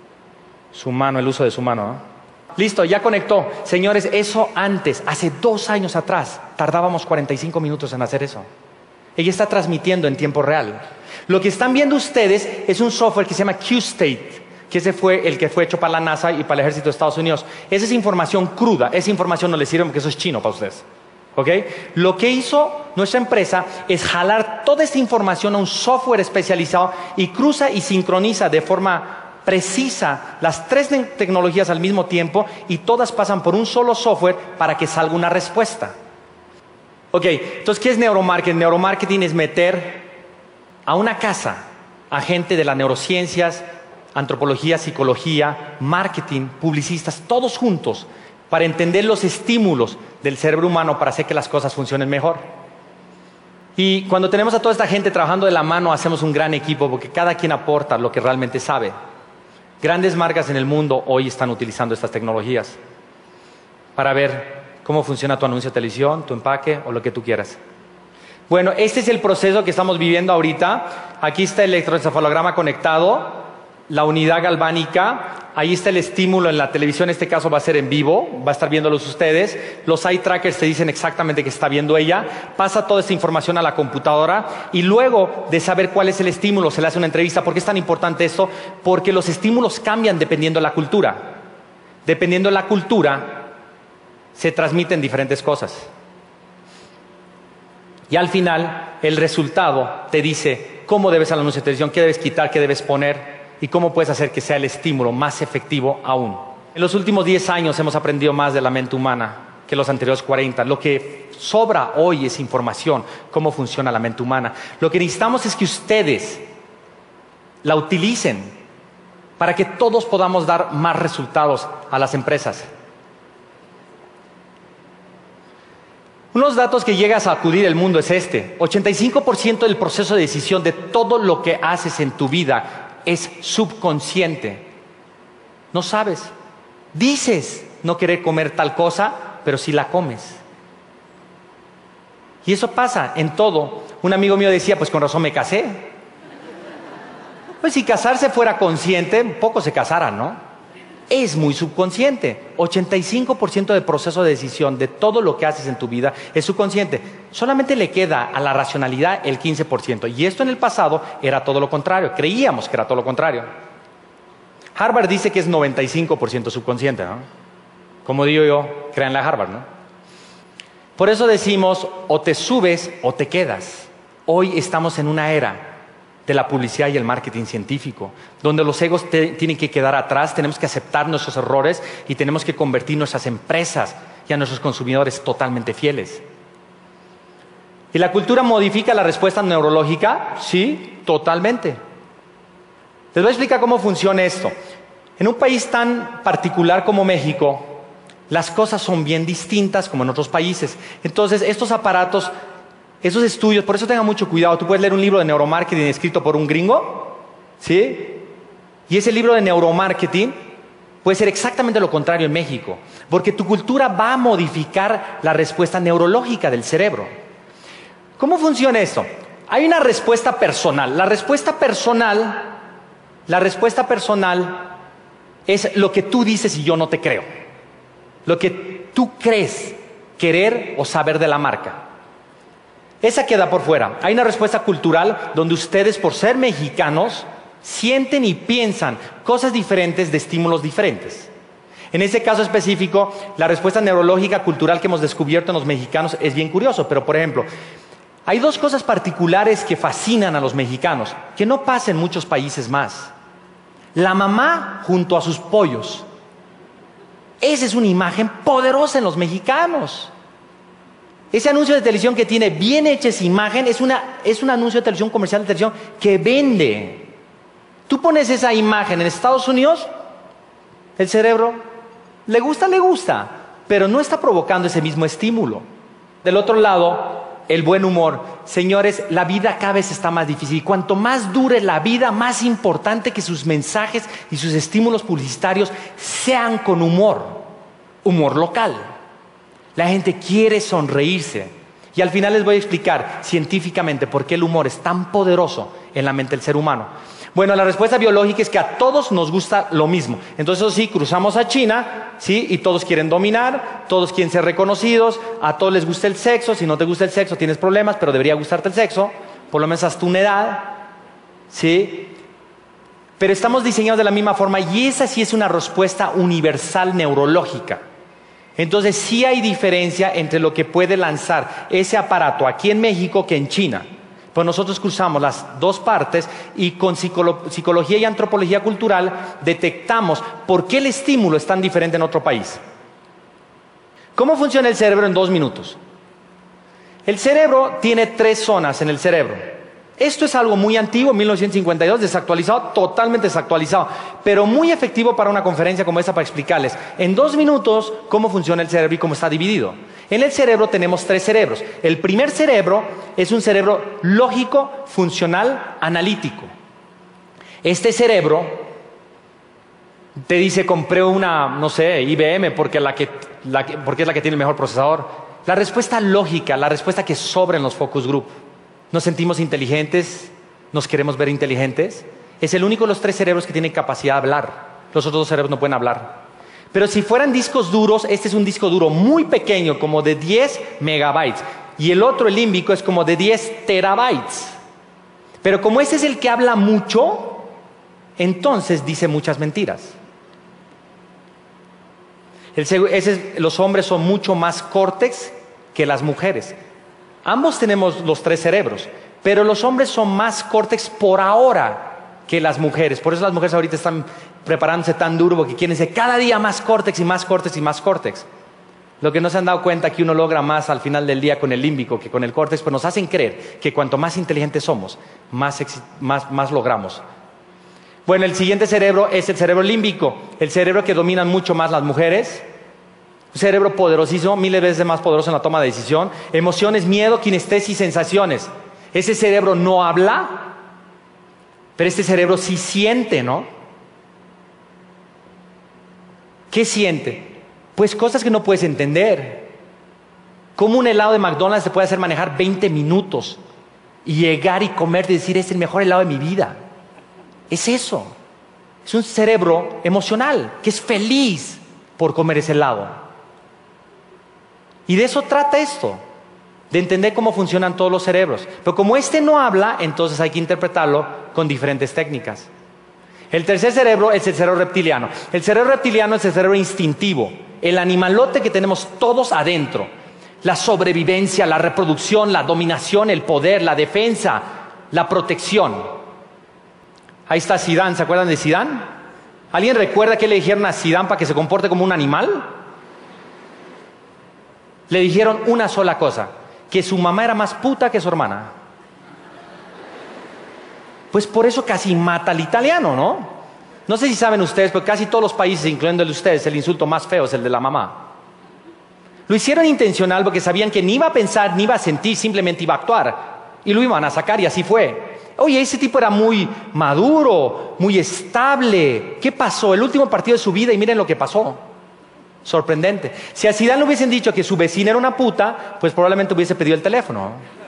su mano, el uso de su mano, ¿no? Listo, ya conectó. Señores, eso antes, hace dos años atrás, tardábamos cuarenta y cinco minutos en hacer eso. Ella está transmitiendo en tiempo real. Lo que están viendo ustedes es un software que se llama Q-State, que ese fue el que fue hecho para la NASA y para el Ejército de Estados Unidos. Esa es información cruda, esa información no les sirve porque eso es chino para ustedes. ¿Okay? Lo que hizo nuestra empresa es jalar toda esta información a un software especializado y cruza y sincroniza de forma precisa las tres tecnologías al mismo tiempo y todas pasan por un solo software para que salga una respuesta. Ok, entonces, ¿qué es neuromarketing? Neuromarketing es meter a una casa a gente de las neurociencias, antropología, psicología, marketing, publicistas, todos juntos, para entender los estímulos del cerebro humano para hacer que las cosas funcionen mejor. Y cuando tenemos a toda esta gente trabajando de la mano, hacemos un gran equipo porque cada quien aporta lo que realmente sabe. Grandes marcas en el mundo hoy están utilizando estas tecnologías para ver cómo funciona tu anuncio de televisión, tu empaque o lo que tú quieras. Bueno, este es el proceso que estamos viviendo ahorita. Aquí está el electroencefalograma conectado. la unidad galvánica, ahí está el estímulo en la televisión, en este caso va a ser en vivo, va a estar viéndolos ustedes, los eye trackers te dicen exactamente que está viendo ella, pasa toda esta información a la computadora y luego de saber cuál es el estímulo se le hace una entrevista. ¿Por qué es tan importante esto? Porque los estímulos cambian dependiendo de la cultura. Dependiendo de la cultura se transmiten diferentes cosas. Y al final el resultado te dice cómo debes hacer el anuncio de televisión, qué debes quitar, qué debes poner y cómo puedes hacer que sea el estímulo más efectivo aún. En los últimos diez años hemos aprendido más de la mente humana que los anteriores cuarenta. Lo que sobra hoy es información, cómo funciona la mente humana. Lo que necesitamos es que ustedes la utilicen para que todos podamos dar más resultados a las empresas. Unos datos que llega a sacudir el mundo es este. ochenta y cinco por ciento del proceso de decisión de todo lo que haces en tu vida es subconsciente. No sabes. Dices no querer comer tal cosa, pero sí la comes. Y eso pasa en todo. Un amigo mío decía, pues con razón me casé. Pues si casarse fuera consciente, poco se casaran, ¿no? Es muy subconsciente. ochenta y cinco por ciento del proceso de decisión de todo lo que haces en tu vida es subconsciente. Solamente le queda a la racionalidad el quince por ciento. Y esto en el pasado era todo lo contrario. Creíamos que era todo lo contrario. Harvard dice que es noventa y cinco por ciento subconsciente, ¿no? Como digo yo, créanle a Harvard, ¿no? Por eso decimos, o te subes o te quedas. Hoy estamos en una era de la publicidad y el marketing científico, donde los egos te, tienen que quedar atrás, tenemos que aceptar nuestros errores y tenemos que convertir nuestras empresas y a nuestros consumidores totalmente fieles. ¿Y la cultura modifica la respuesta neurológica? Sí, totalmente. Les voy a explicar cómo funciona esto. En un país tan particular como México, las cosas son bien distintas como en otros países. Entonces, estos aparatos, esos estudios, por eso tengan mucho cuidado. Tú puedes leer un libro de neuromarketing escrito por un gringo, ¿sí? Y ese libro de neuromarketing puede ser exactamente lo contrario en México, porque tu cultura va a modificar la respuesta neurológica del cerebro. ¿Cómo funciona esto? Hay una respuesta personal. La respuesta personal, la respuesta personal es lo que tú dices y yo no te creo. Lo que tú crees querer o saber de la marca. Esa queda por fuera. Hay una respuesta cultural donde ustedes, por ser mexicanos, sienten y piensan cosas diferentes de estímulos diferentes. En ese caso específico, la respuesta neurológica cultural que hemos descubierto en los mexicanos es bien curioso. Pero, por ejemplo, hay dos cosas particulares que fascinan a los mexicanos, que no pasa en muchos países más. La mamá junto a sus pollos. Esa es una imagen poderosa en los mexicanos. Ese anuncio de televisión que tiene bien hecha esa imagen es, una, es un anuncio de televisión, comercial de televisión que vende. Tú pones esa imagen en Estados Unidos, el cerebro le gusta, le gusta, pero no está provocando ese mismo estímulo. Del otro lado, el buen humor. Señores, la vida cada vez está más difícil. Y cuanto más dure la vida, más importante que sus mensajes y sus estímulos publicitarios sean con humor. Humor local. La gente quiere sonreírse. Y al final les voy a explicar científicamente por qué el humor es tan poderoso en la mente del ser humano. Bueno, la respuesta biológica es que a todos nos gusta lo mismo. Entonces, eso sí, cruzamos a China, ¿sí? Y todos quieren dominar, todos quieren ser reconocidos, a todos les gusta el sexo. Si no te gusta el sexo, tienes problemas, pero debería gustarte el sexo, por lo menos hasta una edad, ¿sí? Pero estamos diseñados de la misma forma y esa sí es una respuesta universal neurológica. Entonces, sí hay diferencia entre lo que puede lanzar ese aparato aquí en México que en China. Pues nosotros cruzamos las dos partes y con psicolo- psicología y antropología cultural detectamos por qué el estímulo es tan diferente en otro país. ¿Cómo funciona el cerebro en dos minutos? El cerebro tiene tres zonas en el cerebro. Esto es algo muy antiguo, mil novecientos cincuenta y dos, desactualizado, totalmente desactualizado, pero muy efectivo para una conferencia como esta para explicarles en dos minutos cómo funciona el cerebro y cómo está dividido. En el cerebro tenemos tres cerebros. El primer cerebro es un cerebro lógico, funcional, analítico. Este cerebro te dice, compré una, no sé, I B M porque, la que, la que, porque es la que tiene el mejor procesador. La respuesta lógica, la respuesta que sobra en los focus group. Nos sentimos inteligentes, nos queremos ver inteligentes. Es el único de los tres cerebros que tiene capacidad de hablar. Los otros dos cerebros no pueden hablar. Pero si fueran discos duros, este es un disco duro muy pequeño, como de diez megabytes. Y el otro, el límbico, es como de diez terabytes. Pero como ese es el que habla mucho, entonces dice muchas mentiras. El, ese, los hombres son mucho más córtex que las mujeres. Ambos tenemos los tres cerebros, pero los hombres son más córtex por ahora que las mujeres. Por eso las mujeres ahorita están preparándose tan duro porque quieren ser cada día más córtex y más córtex y más córtex. Lo que no se han dado cuenta que uno logra más al final del día con el límbico que con el córtex, pues nos hacen creer que cuanto más inteligentes somos, más, más, más logramos. Bueno, el siguiente cerebro es el cerebro límbico, el cerebro que dominan mucho más las mujeres. Un cerebro poderosísimo, miles de veces más poderoso en la toma de decisión. Emociones, miedo, kinestesis, sensaciones. Ese cerebro no habla, pero este cerebro sí siente, ¿no? ¿Qué siente? Pues cosas que no puedes entender. ¿Cómo un helado de McDonald's te puede hacer manejar veinte minutos y llegar y comer y decir, es el mejor helado de mi vida? Es eso. Es un cerebro emocional que es feliz por comer ese helado. Y de eso trata esto, de entender cómo funcionan todos los cerebros. Pero como este no habla, entonces hay que interpretarlo con diferentes técnicas. El tercer cerebro es el cerebro reptiliano. El cerebro reptiliano es el cerebro instintivo, el animalote que tenemos todos adentro. La sobrevivencia, la reproducción, la dominación, el poder, la defensa, la protección. Ahí está Zidane, ¿se acuerdan de Zidane? ¿Alguien recuerda qué le dijeron a Zidane para que se comporte como un animal? Le dijeron una sola cosa, que su mamá era más puta que su hermana. Pues por eso casi mata al italiano, ¿no? No sé si saben ustedes, pero casi todos los países, incluyendo el de ustedes, el insulto más feo es el de la mamá. Lo hicieron intencional porque sabían que ni iba a pensar, ni iba a sentir, simplemente iba a actuar. Y lo iban a sacar y así fue. Oye, ese tipo era muy maduro, muy estable. ¿Qué pasó? El último partido de su vida y miren lo que pasó. Sorprendente. Si a Zidane le hubiesen dicho que su vecina era una puta, pues probablemente hubiese pedido el teléfono.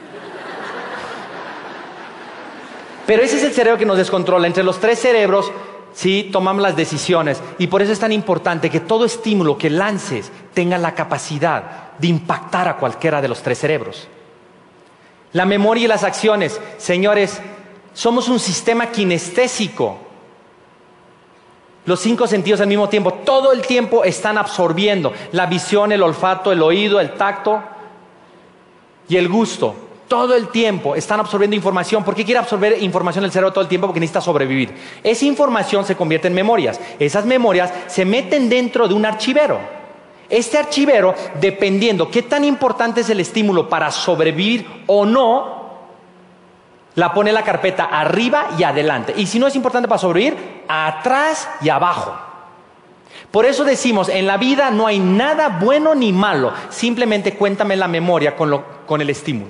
Pero ese es el cerebro que nos descontrola. Entre los tres cerebros, sí, tomamos las decisiones. Y por eso es tan importante que todo estímulo que lances tenga la capacidad de impactar a cualquiera de los tres cerebros. La memoria y las acciones. Señores, somos un sistema kinestésico. Los cinco sentidos al mismo tiempo, todo el tiempo están absorbiendo. La visión, el olfato, el oído, el tacto y el gusto. Todo el tiempo están absorbiendo información. ¿Por qué quiere absorber información el cerebro todo el tiempo? Porque necesita sobrevivir. Esa información se convierte en memorias. Esas memorias se meten dentro de un archivero. Este archivero, dependiendo qué tan importante es el estímulo para sobrevivir o no, la pone en la carpeta arriba y adelante. Y si no es importante para sobrevivir, atrás y abajo. Por eso decimos, en la vida no hay nada bueno ni malo. Simplemente cuéntame la memoria con, lo, con el estímulo.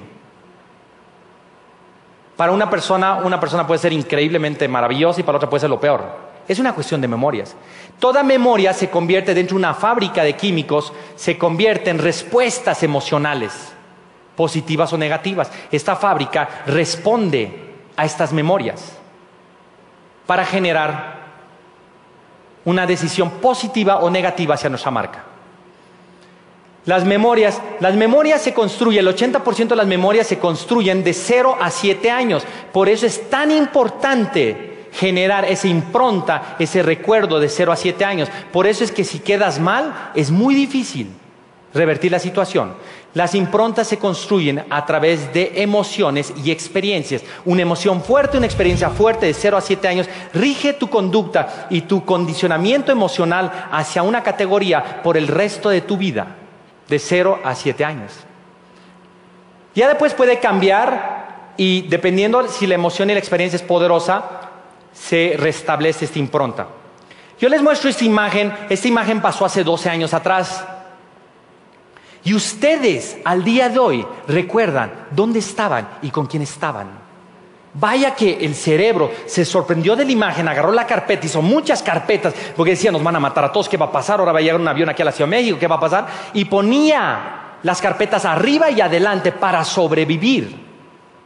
Para una persona, una persona puede ser increíblemente maravillosa y para otra puede ser lo peor. Es una cuestión de memorias. Toda memoria se convierte dentro de una fábrica de químicos, se convierte en respuestas emocionales, positivas o negativas. Esta fábrica responde a estas memorias para generar una decisión positiva o negativa hacia nuestra marca. Las memorias, las memorias se construyen, el ochenta por ciento de las memorias se construyen de cero a siete años. Por eso es tan importante generar esa impronta, ese recuerdo de cero a siete años. Por eso es que si quedas mal, es muy difícil revertir la situación. Las improntas se construyen a través de emociones y experiencias. Una emoción fuerte, una experiencia fuerte de cero a siete años rige tu conducta y tu condicionamiento emocional hacia una categoría por el resto de tu vida, de cero a siete años. Ya después puede cambiar y dependiendo si la emoción y la experiencia es poderosa, se restablece esta impronta. Yo les muestro esta imagen. Esta imagen pasó hace doce años atrás. Y ustedes al día de hoy recuerdan dónde estaban y con quién estaban. Vaya que el cerebro se sorprendió de la imagen, agarró la carpeta, hizo muchas carpetas, porque decía, nos van a matar a todos, ¿qué va a pasar? Ahora va a llegar un avión aquí a la Ciudad de México, ¿qué va a pasar? Y ponía las carpetas arriba y adelante para sobrevivir.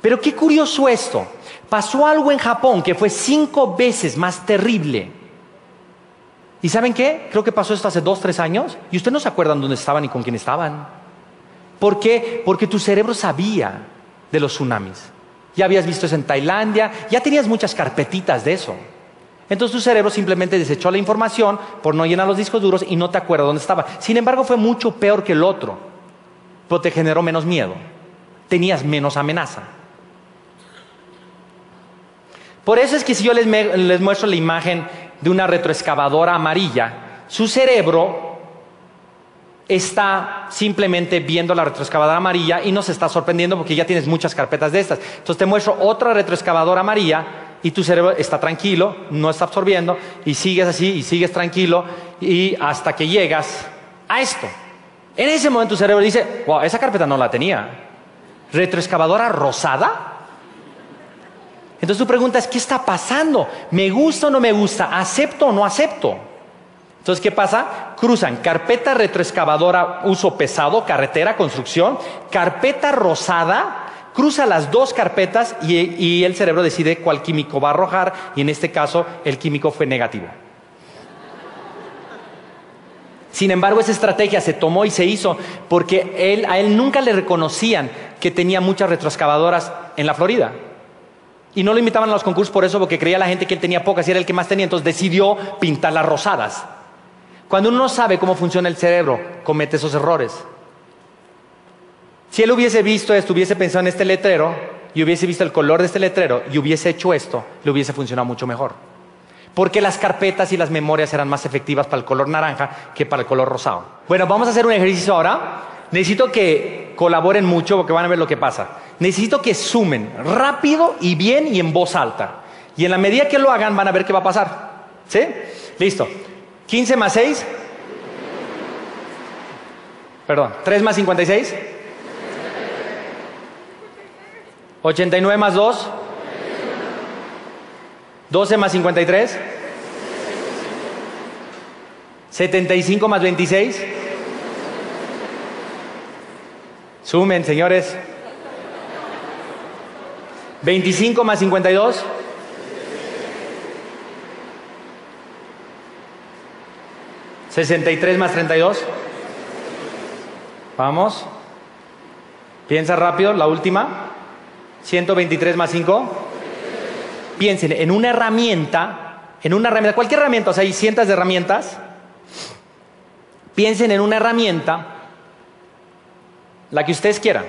Pero qué curioso esto. Pasó algo en Japón que fue cinco veces más terrible. ¿Y saben qué? Creo que pasó esto hace dos, tres años y ustedes no se acuerdan dónde estaban ni con quién estaban. ¿Por qué? Porque tu cerebro sabía de los tsunamis. Ya habías visto eso en Tailandia, ya tenías muchas carpetitas de eso. Entonces tu cerebro simplemente desechó la información por no llenar los discos duros y no te acuerdas dónde estaba. Sin embargo, fue mucho peor que el otro, pero te generó menos miedo. Tenías menos amenaza. Por eso es que si yo les, me, les muestro la imagen de una retroexcavadora amarilla, su cerebro está simplemente viendo la retroexcavadora amarilla y no se está sorprendiendo porque ya tienes muchas carpetas de estas. Entonces te muestro otra retroexcavadora amarilla y tu cerebro está tranquilo, no está absorbiendo y sigues así y sigues tranquilo y hasta que llegas a esto. En ese momento tu cerebro dice, wow, esa carpeta no la tenía. ¿Retroexcavadora rosada? Entonces tu pregunta es, ¿qué está pasando? ¿Me gusta o no me gusta? ¿Acepto o no acepto? Entonces, ¿qué pasa? Cruzan carpeta retroexcavadora, uso pesado, carretera, construcción, carpeta rosada, cruza las dos carpetas y, y el cerebro decide cuál químico va a arrojar y en este caso el químico fue negativo. Sin embargo, esa estrategia se tomó y se hizo porque él, a él nunca le reconocían que tenía muchas retroexcavadoras en la Florida. Y no lo invitaban a los concursos por eso, porque creía la gente que él tenía pocas y era el que más tenía, entonces decidió pintarlas rosadas. Cuando uno no sabe cómo funciona el cerebro, comete esos errores. Si él hubiese visto esto, hubiese pensado en este letrero y hubiese visto el color de este letrero y hubiese hecho esto, le hubiese funcionado mucho mejor. Porque las carpetas y las memorias eran más efectivas para el color naranja que para el color rosado. Bueno, vamos a hacer un ejercicio ahora. Necesito que colaboren mucho porque van a ver lo que pasa. Necesito que sumen rápido y bien y en voz alta. Y en la medida que lo hagan van a ver qué va a pasar. ¿Sí? Listo. quince más seis. Perdón. tres más cincuenta y seis. ochenta y nueve más dos. doce más cincuenta y tres. setenta y cinco más veintiséis. Sumen, señores. veinticinco más cincuenta y dos. sesenta y tres más treinta y dos. Vamos. Piensa rápido, la última. ciento veintitrés más cinco. Piensen en una herramienta, en una herramienta, cualquier herramienta, o sea, hay cientos de herramientas. Piensen en una herramienta, la que ustedes quieran.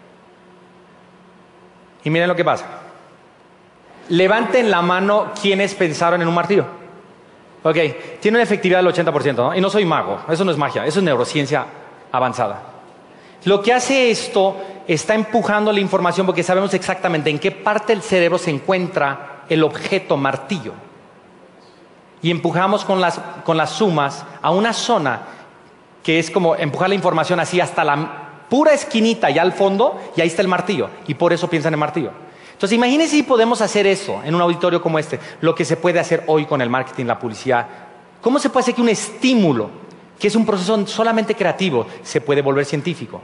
Y miren lo que pasa. Levanten la mano quienes pensaron en un martillo. Ok, tiene una efectividad del ochenta por ciento, ¿no? Y no soy mago, eso no es magia, eso es neurociencia avanzada. Lo que hace esto está empujando la información porque sabemos exactamente en qué parte del cerebro se encuentra el objeto martillo. Y empujamos con las, con las sumas a una zona que es como empujar la información así hasta la pura esquinita y al fondo, y ahí está el martillo. Y por eso piensan en martillo. Entonces imagínense si podemos hacer eso en un auditorio como este, lo que se puede hacer hoy con el marketing, la publicidad. ¿Cómo se puede hacer que un estímulo, que es un proceso solamente creativo, se puede volver científico?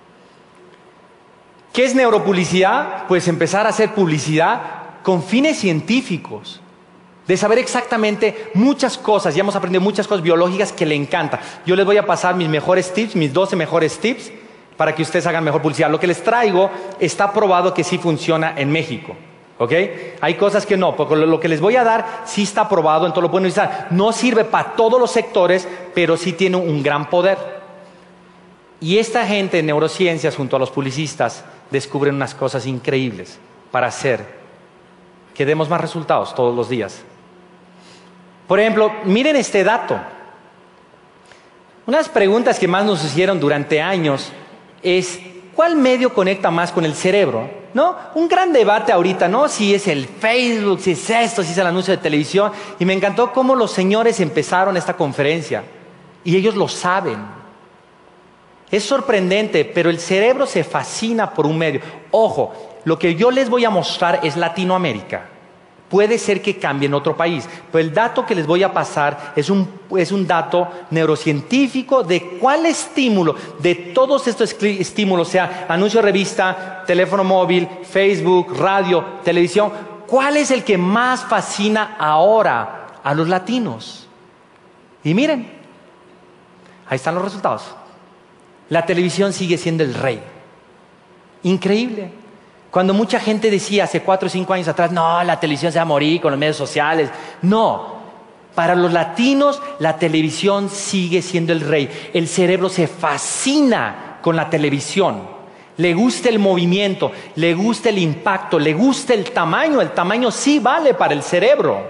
¿Qué es neuropublicidad? Pues empezar a hacer publicidad con fines científicos, de saber exactamente muchas cosas. Ya hemos aprendido muchas cosas biológicas que le encanta. Yo les voy a pasar mis mejores tips, mis doce mejores tips, para que ustedes hagan mejor publicidad. Lo que les traigo está probado que sí funciona en México. ¿Ok? Hay cosas que no, porque lo que les voy a dar sí está probado, entonces lo pueden utilizar. No sirve para todos los sectores, pero sí tiene un gran poder. Y esta gente en neurociencias, junto a los publicistas, descubren unas cosas increíbles para hacer que demos más resultados todos los días. Por ejemplo, miren este dato. Unas preguntas que más nos hicieron durante años es, ¿cuál medio conecta más con el cerebro? ¿No? Un gran debate ahorita, ¿no? Si es el Facebook, si es esto, si es el anuncio de televisión. Y me encantó cómo los señores empezaron esta conferencia. Y ellos lo saben. Es sorprendente, pero el cerebro se fascina por un medio. Ojo, lo que yo les voy a mostrar es Latinoamérica. Puede ser que cambie en otro país, pero el dato que les voy a pasar es un, es un dato neurocientífico de cuál estímulo, de todos estos estímulos, sea anuncio de revista, teléfono móvil, Facebook, radio, televisión, cuál es el que más fascina ahora a los latinos. Y miren, ahí están los resultados. La televisión sigue siendo el rey. Increíble. Cuando mucha gente decía hace cuatro o cinco años atrás, no, la televisión se va a morir con los medios sociales. No, para los latinos la televisión sigue siendo el rey. El cerebro se fascina con la televisión. Le gusta el movimiento, le gusta el impacto, le gusta el tamaño. El tamaño sí vale para el cerebro.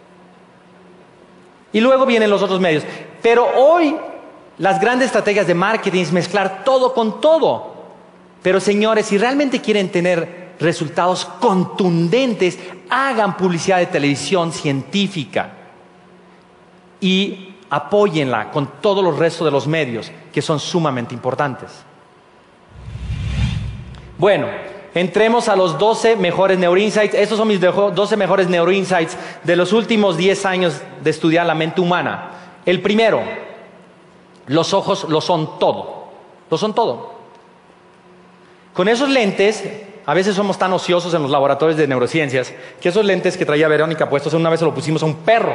Y luego vienen los otros medios. Pero hoy las grandes estrategias de marketing es mezclar todo con todo. Pero señores, si realmente quieren tener resultados contundentes, hagan publicidad de televisión científica y apóyenla con todos los restos de los medios que son sumamente importantes. Bueno, entremos a los doce mejores neuroinsights. Estos son mis doce mejores neuroinsights de los últimos diez años de estudiar la mente humana. El primero, los ojos lo son todo. Lo son todo. Con esos lentes, a veces somos tan ociosos en los laboratorios de neurociencias que esos lentes que traía Verónica puestos, una vez se lo pusimos a un perro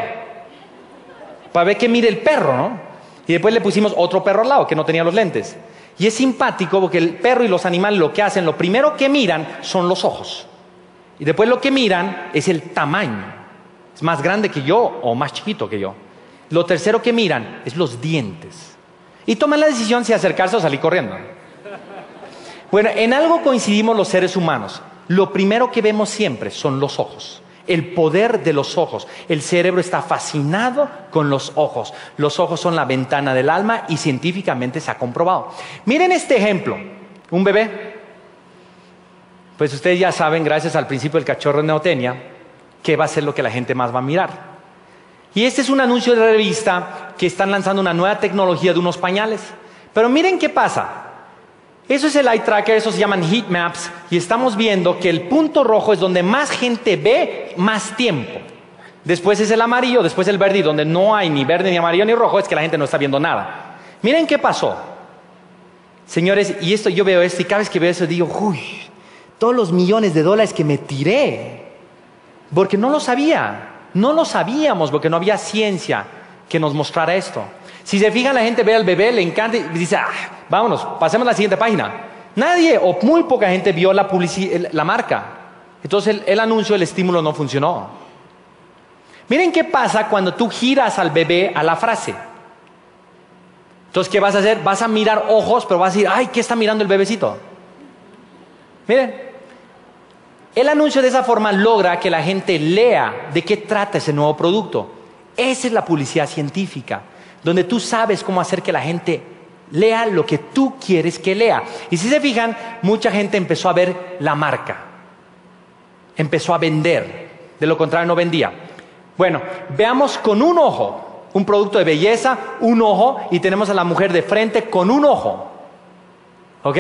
para ver qué mire el perro, ¿no? Y después le pusimos otro perro al lado que no tenía los lentes. Y es simpático porque el perro y los animales lo que hacen, lo primero que miran son los ojos. Y después lo que miran es el tamaño. Es más grande que yo o más chiquito que yo. Lo tercero que miran es los dientes. Y toman la decisión si acercarse o salir corriendo. Bueno, en algo coincidimos los seres humanos. Lo primero que vemos siempre son los ojos. El poder de los ojos. El cerebro está fascinado con los ojos. Los ojos son la ventana del alma y científicamente se ha comprobado. Miren este ejemplo. Un bebé. Pues ustedes ya saben, gracias al principio del cachorro de neotenia, qué va a ser lo que la gente más va a mirar. Y este es un anuncio de revista que están lanzando una nueva tecnología de unos pañales. Pero miren qué pasa. Eso es el eye tracker, eso se llaman heat maps, y estamos viendo que el punto rojo es donde más gente ve más tiempo. Después es el amarillo, después el verde, y donde no hay ni verde, ni amarillo, ni rojo, es que la gente no está viendo nada. Miren qué pasó. Señores, y esto yo veo esto, y cada vez que veo eso digo, uy, todos los millones de dólares que me tiré, porque no lo sabía, no lo sabíamos, porque no había ciencia que nos mostrara esto. Si se fijan, la gente ve al bebé, le encanta y dice, ah, vámonos, pasemos a la siguiente página. Nadie o muy poca gente vio la, la marca. Entonces el, el anuncio, el estímulo no funcionó. Miren qué pasa cuando tú giras al bebé a la frase. Entonces, ¿qué vas a hacer? Vas a mirar ojos, pero vas a decir, ay, ¿qué está mirando el bebecito? Miren, el anuncio de esa forma logra que la gente lea de qué trata ese nuevo producto. Esa es la publicidad científica, donde tú sabes cómo hacer que la gente lea lo que tú quieres que lea. Y si se fijan, mucha gente empezó a ver la marca. Empezó a vender. De lo contrario, no vendía. Bueno, veamos con un ojo, un producto de belleza, un ojo, y tenemos a la mujer de frente con un ojo. ¿Ok?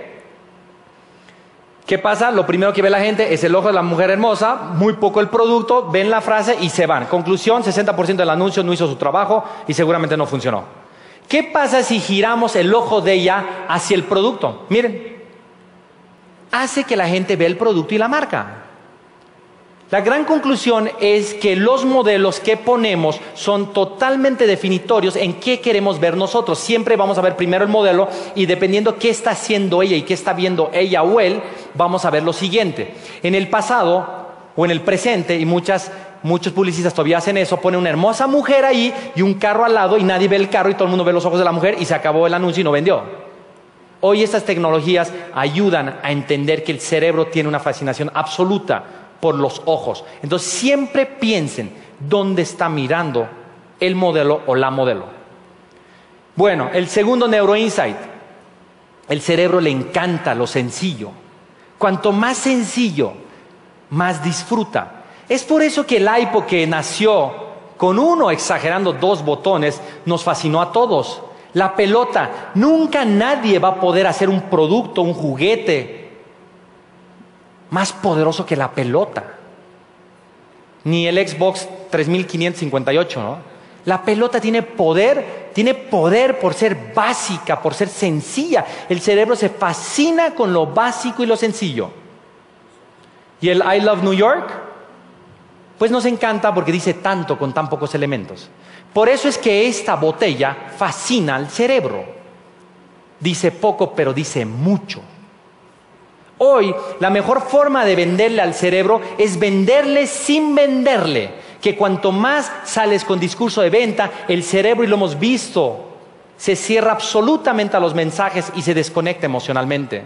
¿Qué pasa? Lo primero que ve la gente es el ojo de la mujer hermosa, muy poco el producto, ven la frase y se van. Conclusión, sesenta por ciento del anuncio no hizo su trabajo y seguramente no funcionó. ¿Qué pasa si giramos el ojo de ella hacia el producto? Miren, hace que la gente vea el producto y la marca. La gran conclusión es que los modelos que ponemos son totalmente definitorios en qué queremos ver nosotros. Siempre vamos a ver primero el modelo y dependiendo qué está haciendo ella y qué está viendo ella o él, vamos a ver lo siguiente. En el pasado o en el presente, y muchas, muchos publicistas todavía hacen eso, ponen una hermosa mujer ahí y un carro al lado y nadie ve el carro y todo el mundo ve los ojos de la mujer y se acabó el anuncio y no vendió. Hoy estas tecnologías ayudan a entender que el cerebro tiene una fascinación absoluta por los ojos. Entonces siempre piensen dónde está mirando el modelo o la modelo. Bueno, el segundo neuroinsight. El cerebro le encanta lo sencillo. Cuanto más sencillo, más disfruta. Es por eso que el iPod, que nació con uno, exagerando, dos botones, nos fascinó a todos. La pelota, nunca nadie va a poder hacer un producto, un juguete más poderoso que la pelota. ni el Xbox tres mil quinientos cincuenta y ocho, ¿no? La pelota tiene poder, tiene poder por ser básica, por ser sencilla. El cerebro se fascina con lo básico y lo sencillo. Y el I Love New York, pues nos encanta porque dice tanto con tan pocos elementos. Por eso es que esta botella fascina al cerebro. Dice poco, pero dice mucho. Hoy, la mejor forma de venderle al cerebro es venderle sin venderle. Que cuanto más sales con discurso de venta, el cerebro, y lo hemos visto, se cierra absolutamente a los mensajes y se desconecta emocionalmente.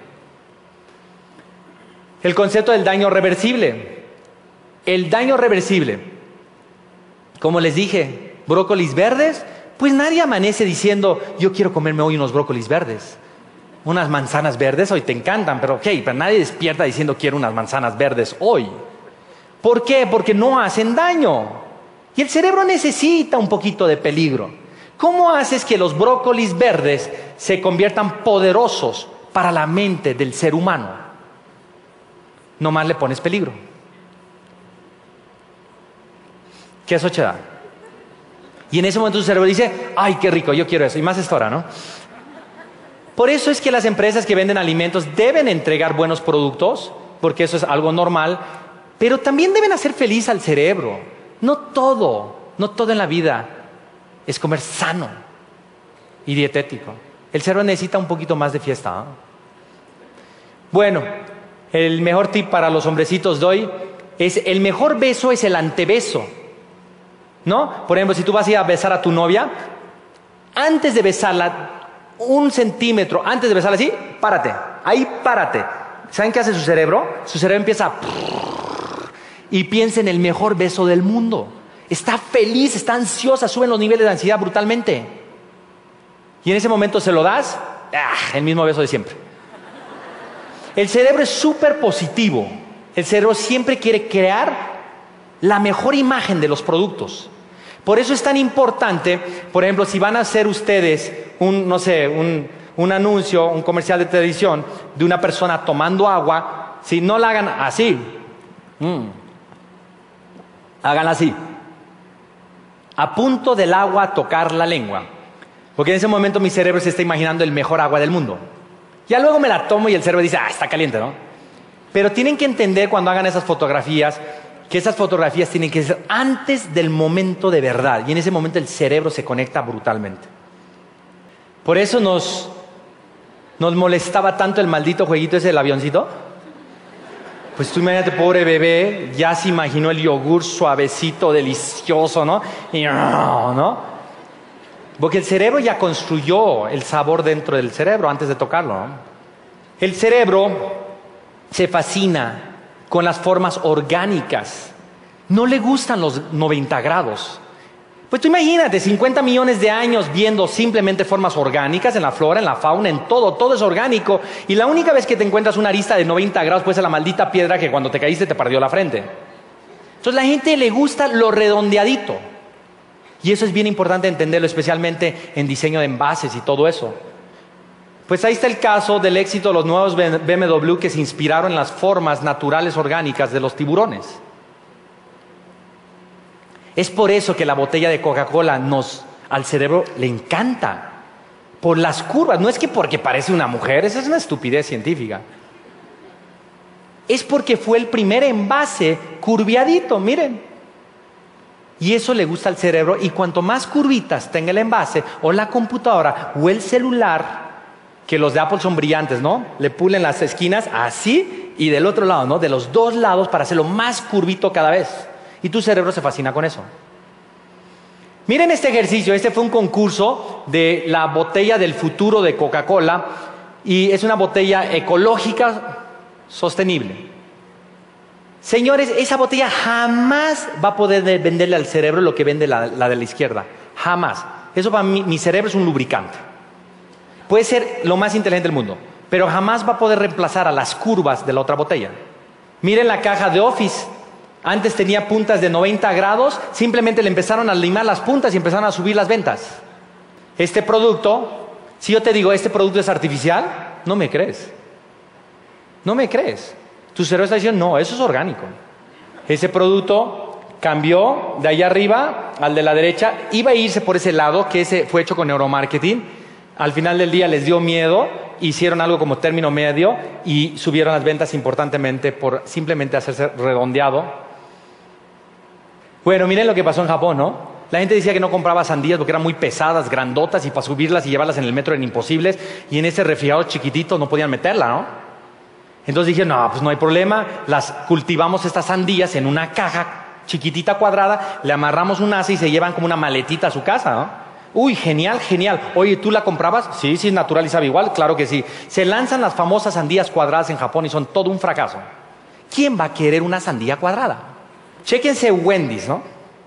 El concepto del daño reversible. El daño reversible. Como les dije, brócolis verdes, pues nadie amanece diciendo, yo quiero comerme hoy unos brócolis verdes. Unas manzanas verdes hoy te encantan, pero ok, pero nadie despierta diciendo quiero unas manzanas verdes hoy. ¿Por qué? Porque no hacen daño. Y el cerebro necesita un poquito de peligro. ¿Cómo haces que los brócolis verdes se conviertan poderosos para la mente del ser humano? Nomás le pones peligro. ¿Qué eso te da? Y en ese momento tu cerebro dice, ay, qué rico, yo quiero eso. Y más esto ahora, ¿no? Por eso es que las empresas que venden alimentos deben entregar buenos productos, porque eso es algo normal, pero también deben hacer feliz al cerebro. No todo, no todo en la vida es comer sano y dietético. El cerebro necesita un poquito más de fiesta, ¿no? Bueno, el mejor tip para los hombrecitos doy es, el mejor beso es el antebeso, ¿no? Por ejemplo, si tú vas a ir a besar a tu novia, antes de besarla, un centímetro, antes de besarla así, párate, ahí párate. ¿Saben qué hace su cerebro? Su cerebro empieza a... y piensa en el mejor beso del mundo. Está feliz, está ansiosa, suben los niveles de ansiedad brutalmente. Y en ese momento se lo das, ¡ah!, el mismo beso de siempre. El cerebro es súper positivo. El cerebro siempre quiere crear la mejor imagen de los productos. Por eso es tan importante, por ejemplo, si van a hacer ustedes un, no sé, un, un anuncio, un comercial de televisión de una persona tomando agua, si no la hagan así, mm, háganla así, a punto del agua a tocar la lengua, porque en ese momento mi cerebro se está imaginando el mejor agua del mundo. Ya luego me la tomo y el cerebro dice, ah, está caliente, ¿no? Pero tienen que entender cuando hagan esas fotografías, que esas fotografías tienen que ser antes del momento de verdad. Y en ese momento el cerebro se conecta brutalmente. Por eso nos, nos molestaba tanto el maldito jueguito ese del avioncito. Pues tú imagínate, pobre bebé, ya se imaginó el yogur suavecito, delicioso, ¿no? Y ¿no? Porque el cerebro ya construyó el sabor dentro del cerebro antes de tocarlo, ¿no? El cerebro se fascina con las formas orgánicas. No le gustan los noventa grados. Pues tú imagínate, cincuenta millones de años viendo simplemente formas orgánicas en la flora, en la fauna, en todo, todo es orgánico. Y la única vez que te encuentras una arista de noventa grados puede ser la maldita piedra que cuando te caíste te partió la frente. Entonces a la gente le gusta lo redondeadito. Y eso es bien importante entenderlo, especialmente en diseño de envases y todo eso. Pues ahí está el caso del éxito de los nuevos B M W que se inspiraron en las formas naturales orgánicas de los tiburones. Es por eso que la botella de Coca-Cola nos, al cerebro le encanta. Por las curvas. No es que porque parece una mujer, esa es una estupidez científica. Es porque fue el primer envase curviadito, miren. Y eso le gusta al cerebro, y cuanto más curvitas tenga el envase, o la computadora, o el celular, que los de Apple son brillantes, ¿no? Le pulen las esquinas así y del otro lado, ¿no? De los dos lados para hacerlo más curvito cada vez. Y tu cerebro se fascina con eso. Miren este ejercicio. Este fue un concurso de la botella del futuro de Coca-Cola. Y es una botella ecológica sostenible. Señores, esa botella jamás va a poder venderle al cerebro lo que vende la, la de la izquierda. Jamás. Eso para mí, mi cerebro es un lubricante. Puede ser lo más inteligente del mundo, pero jamás va a poder reemplazar a las curvas de la otra botella. Miren la caja de Office. Antes tenía puntas de noventa grados, simplemente le empezaron a limar las puntas y empezaron a subir las ventas. Este producto, si yo te digo, este producto es artificial, no me crees. No me crees. Tu cerebro está diciendo, no, eso es orgánico. Ese producto cambió de allá arriba al de la derecha, iba a irse por ese lado, que ese fue hecho con neuromarketing. Al final del día les dio miedo, hicieron algo como término medio y subieron las ventas importantemente por simplemente hacerse redondeado. Bueno, miren lo que pasó en Japón, ¿no? La gente decía que no compraba sandías porque eran muy pesadas, grandotas, y para subirlas y llevarlas en el metro eran imposibles, y en ese refrigerador chiquitito no podían meterla, ¿no? Entonces dije, no, pues no hay problema, las cultivamos estas sandías en una caja chiquitita cuadrada, le amarramos un asa y se llevan como una maletita a su casa, ¿no? Uy, genial, genial. Oye, ¿tú la comprabas? Sí, sí, es natural y sabe igual, claro que sí. Se lanzan las famosas sandías cuadradas en Japón y son todo un fracaso. ¿Quién va a querer una sandía cuadrada? Chéquense Wendy's, ¿no?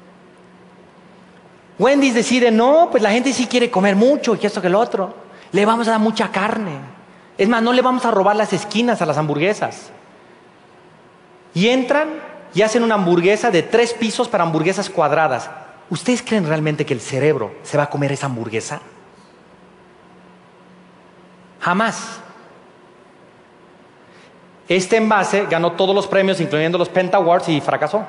Wendy's decide, no, pues la gente sí quiere comer mucho y que esto que lo otro. Le vamos a dar mucha carne. Es más, no le vamos a robar las esquinas a las hamburguesas. Y entran y hacen una hamburguesa de tres pisos para hamburguesas cuadradas. ¿Ustedes creen realmente que el cerebro se va a comer esa hamburguesa? Jamás. Este envase ganó todos los premios, incluyendo los Penta Awards, y fracasó.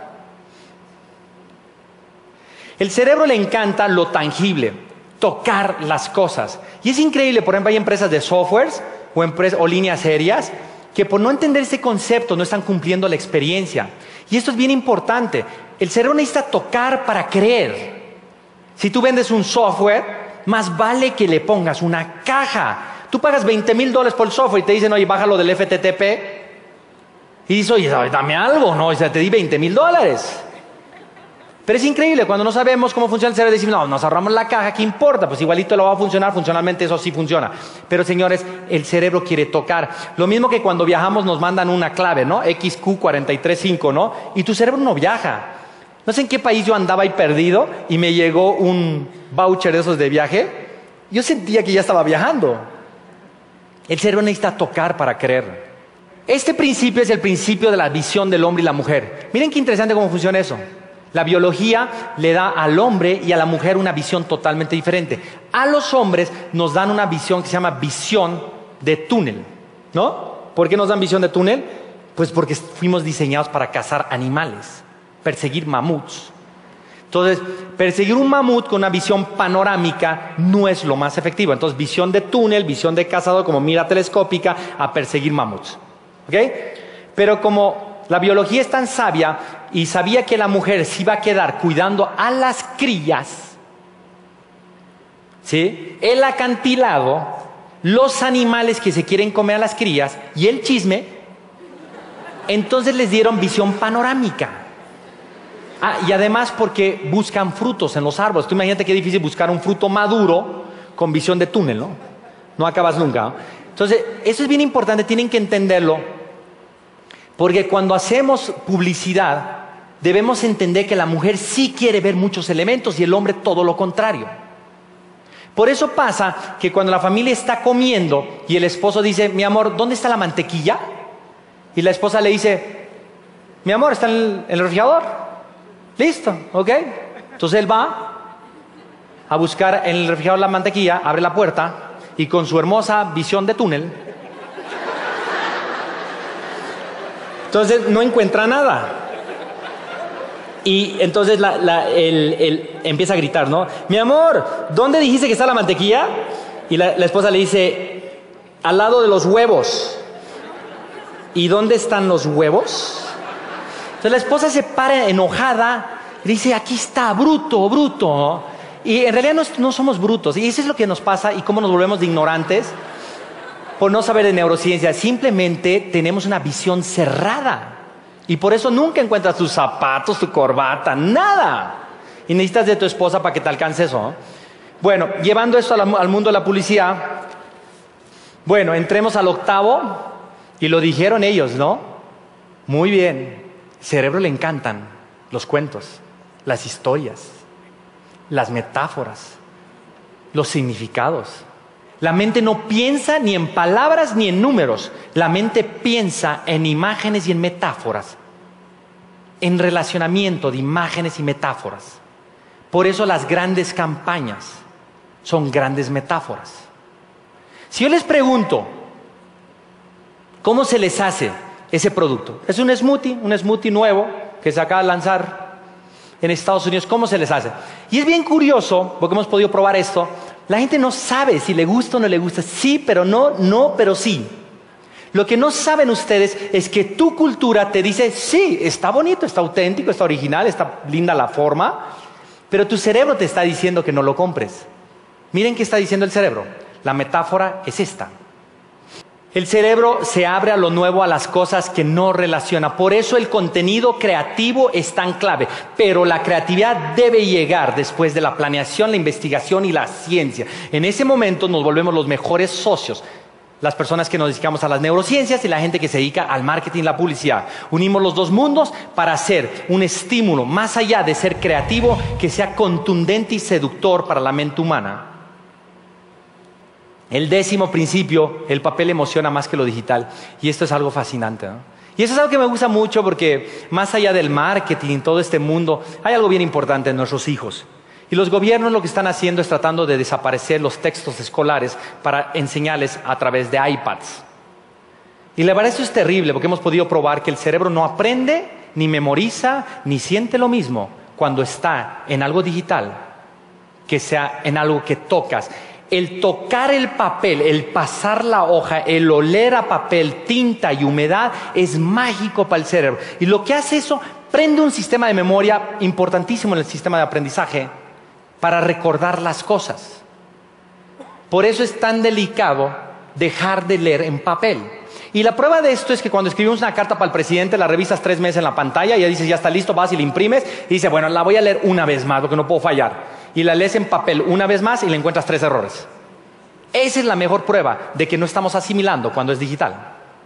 El cerebro le encanta lo tangible, tocar las cosas. Y es increíble, por ejemplo, hay empresas de softwares o, empresas, o líneas aéreas que por no entender ese concepto no están cumpliendo la experiencia. Y esto es bien importante. El cerebro necesita tocar para creer. Si tú vendes un software, más vale que le pongas una caja. Tú pagas veinte mil dólares por el software y te dicen, oye, bájalo del F T T P. Y dices, oye, dame algo, ¿no? O sea, te di veinte mil dólares. Pero es increíble, cuando no sabemos cómo funciona el cerebro, decimos, no, nos ahorramos la caja, ¿qué importa? Pues igualito lo va a funcionar, funcionalmente eso sí funciona. Pero señores, el cerebro quiere tocar. Lo mismo que cuando viajamos nos mandan una clave, ¿no? X Q cuatro tres cinco, ¿no? Y tu cerebro no viaja. No sé en qué país yo andaba ahí perdido y me llegó un voucher de esos de viaje. Yo sentía que ya estaba viajando. El cerebro necesita tocar para creer. Este principio es el principio de la visión del hombre y la mujer. Miren qué interesante cómo funciona eso. La biología le da al hombre y a la mujer una visión totalmente diferente. A los hombres nos dan una visión que se llama visión de túnel, ¿no? ¿Por qué nos dan visión de túnel? Pues porque fuimos diseñados para cazar animales, perseguir mamuts. Entonces, perseguir un mamut con una visión panorámica no es lo más efectivo. Entonces, visión de túnel, visión de cazador, como mira telescópica, a perseguir mamuts. ¿Ok? Pero como la biología es tan sabia y sabía que la mujer se iba a quedar cuidando a las crías, ¿sí? El acantilado, los animales que se quieren comer a las crías y el chisme, entonces les dieron visión panorámica. Ah, y además porque buscan frutos en los árboles. Tú imagínate qué difícil buscar un fruto maduro con visión de túnel, ¿no? No acabas nunca, ¿no? Entonces, eso es bien importante, tienen que entenderlo. Porque cuando hacemos publicidad, debemos entender que la mujer sí quiere ver muchos elementos y el hombre todo lo contrario. Por eso pasa que cuando la familia está comiendo y el esposo dice, mi amor, ¿dónde está la mantequilla? Y la esposa le dice, mi amor, está en el, en el refrigerador. Listo, ¿ok? Entonces él va a buscar en el refrigerador la mantequilla, abre la puerta y con su hermosa visión de túnel, entonces no encuentra nada. Y entonces la, la, él, él empieza a gritar, ¿no? Mi amor, ¿dónde dijiste que está la mantequilla? Y la, la esposa le dice, al lado de los huevos. ¿Y dónde están los huevos? Entonces la esposa se para enojada y dice, aquí está, bruto, bruto. Y en realidad no, no somos brutos. Y eso es lo que nos pasa y cómo nos volvemos de ignorantes por no saber de neurociencia. Simplemente tenemos una visión cerrada. Y por eso nunca encuentras tus zapatos, tu corbata, nada. Y necesitas de tu esposa para que te alcance eso, ¿no? Bueno, llevando esto al mundo de la publicidad, bueno, entremos al octavo y lo dijeron ellos, ¿no? Muy bien. Al cerebro le encantan los cuentos, las historias, las metáforas, los significados. La mente no piensa ni en palabras ni en números. La mente piensa en imágenes y en metáforas. En relacionamiento de imágenes y metáforas. Por eso las grandes campañas son grandes metáforas. Si yo les pregunto, ¿cómo se les hace ese producto? Es un smoothie, un smoothie nuevo que se acaba de lanzar. en Estados Unidos, ¿cómo se les hace? Y es bien curioso, porque hemos podido probar esto, la gente no sabe si le gusta o no le gusta, sí, pero no, no, pero sí. Lo que no saben ustedes es que tu cultura te dice, sí, está bonito, está auténtico, está original, está linda la forma, pero tu cerebro te está diciendo que no lo compres. Miren qué está diciendo el cerebro. La metáfora es esta. El cerebro se abre a lo nuevo, a las cosas que no relaciona. Por eso el contenido creativo es tan clave. Pero la creatividad debe llegar después de la planeación, la investigación y la ciencia. En ese momento nos volvemos los mejores socios. Las personas que nos dedicamos a las neurociencias y la gente que se dedica al marketing y la publicidad. Unimos los dos mundos para hacer un estímulo más allá de ser creativo que sea contundente y seductor para la mente humana. El décimo principio, el papel emociona más que lo digital. Y esto es algo fascinante, ¿no? Y eso es algo que me gusta mucho porque más allá del marketing, todo este mundo, hay algo bien importante en nuestros hijos. Y los gobiernos lo que están haciendo es tratando de desaparecer los textos escolares para enseñarles a través de iPads. Y la verdad, eso es terrible porque hemos podido probar que el cerebro no aprende, ni memoriza, ni siente lo mismo cuando está en algo digital que sea en algo que tocas. El tocar el papel, el pasar la hoja, el oler a papel, tinta y humedad es mágico para el cerebro. Y lo que hace eso, prende un sistema de memoria importantísimo en el sistema de aprendizaje para recordar las cosas. Por eso es tan delicado dejar de leer en papel. Y la prueba de esto es que cuando escribimos una carta para el presidente, la revisas tres meses en la pantalla y ya dices, ya está listo, vas y la imprimes y dices, bueno, la voy a leer una vez más porque no puedo fallar. Y la lees en papel una vez más y le encuentras tres errores. Esa es la mejor prueba de que no estamos asimilando cuando es digital.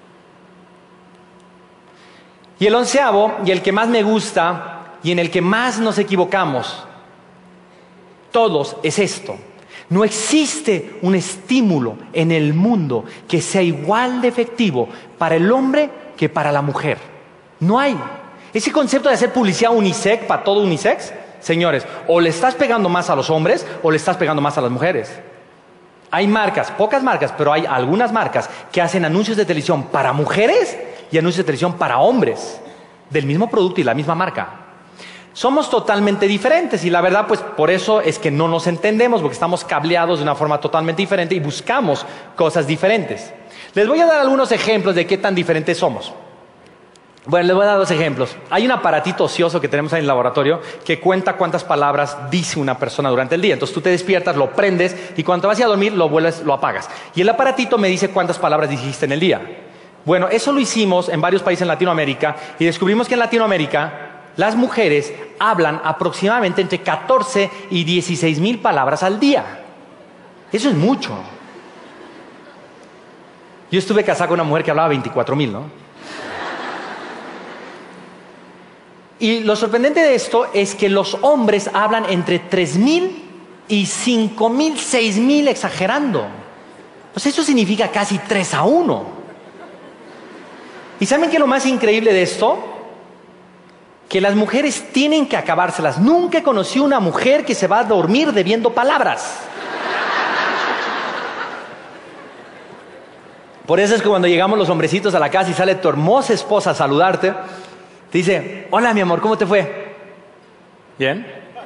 Y el onceavo, y el que más me gusta, y en el que más nos equivocamos, todos, es esto. No existe un estímulo en el mundo que sea igual de efectivo para el hombre que para la mujer. No hay. Ese concepto de hacer publicidad unisex para todo unisex, señores, o le estás pegando más a los hombres o le estás pegando más a las mujeres. Hay marcas, pocas marcas, pero hay algunas marcas que hacen anuncios de televisión para mujeres y anuncios de televisión para hombres, del mismo producto y la misma marca. Somos totalmente diferentes y la verdad, pues por eso es que no nos entendemos, porque estamos cableados de una forma totalmente diferente y buscamos cosas diferentes. Les voy a dar algunos ejemplos de qué tan diferentes somos. Bueno, les voy a dar dos ejemplos. Hay un aparatito ocioso que tenemos en el laboratorio que cuenta cuántas palabras dice una persona durante el día. Entonces tú te despiertas, lo prendes y cuando te vas a dormir lo vuelves, lo apagas. Y el aparatito me dice cuántas palabras dijiste en el día. Bueno, eso lo hicimos en varios países en Latinoamérica y descubrimos que en Latinoamérica las mujeres hablan aproximadamente entre catorce y dieciséis mil palabras al día. Eso es mucho. Yo estuve casado con una mujer que hablaba veinticuatro mil, ¿no? Y lo sorprendente de esto es que los hombres hablan entre tres mil y cinco mil, seis mil, exagerando. Pues eso significa casi tres a uno. ¿Y saben qué es lo más increíble de esto? Que las mujeres tienen que acabárselas. Nunca conocí una mujer que se va a dormir debiendo palabras. Por eso es que cuando llegamos los hombrecitos a la casa y sale tu hermosa esposa a saludarte, te dice, hola mi amor, ¿cómo te fue? ¿Bien?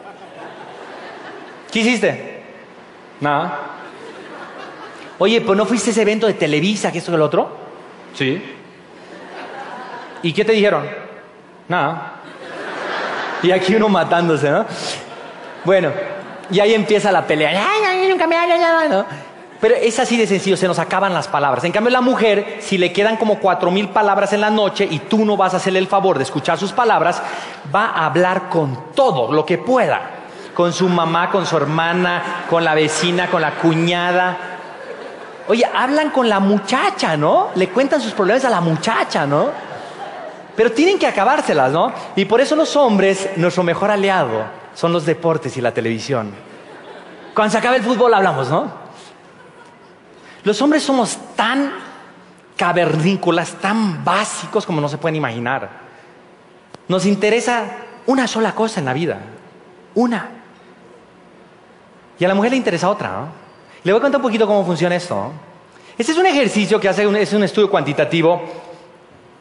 ¿Qué hiciste? Nada. Oye, pues ¿no fuiste a ese evento de Televisa, que esto que el otro? Sí. ¿Y qué te dijeron? Nada. Y aquí uno matándose, ¿no? Bueno, y ahí empieza la pelea. Ay, ay, nunca me hagas nada, ¿no? Pero es así de sencillo, se nos acaban las palabras. En cambio, la mujer, si le quedan como cuatro mil palabras en la noche y tú no vas a hacerle el favor de escuchar sus palabras, va a hablar con todo lo que pueda. Con su mamá, con su hermana, con la vecina, con la cuñada. Oye, hablan con la muchacha, ¿no? Le cuentan sus problemas a la muchacha, ¿no? Pero tienen que acabárselas, ¿no? Y por eso los hombres, nuestro mejor aliado, son los deportes y la televisión. Cuando se acabe el fútbol hablamos, ¿no? Los hombres somos tan cavernícolas, tan básicos como no se pueden imaginar. Nos interesa una sola cosa en la vida. Una. Y a la mujer le interesa otra, ¿no? Le voy a contar un poquito cómo funciona esto, ¿no? Este es un ejercicio que hace un, es un estudio cuantitativo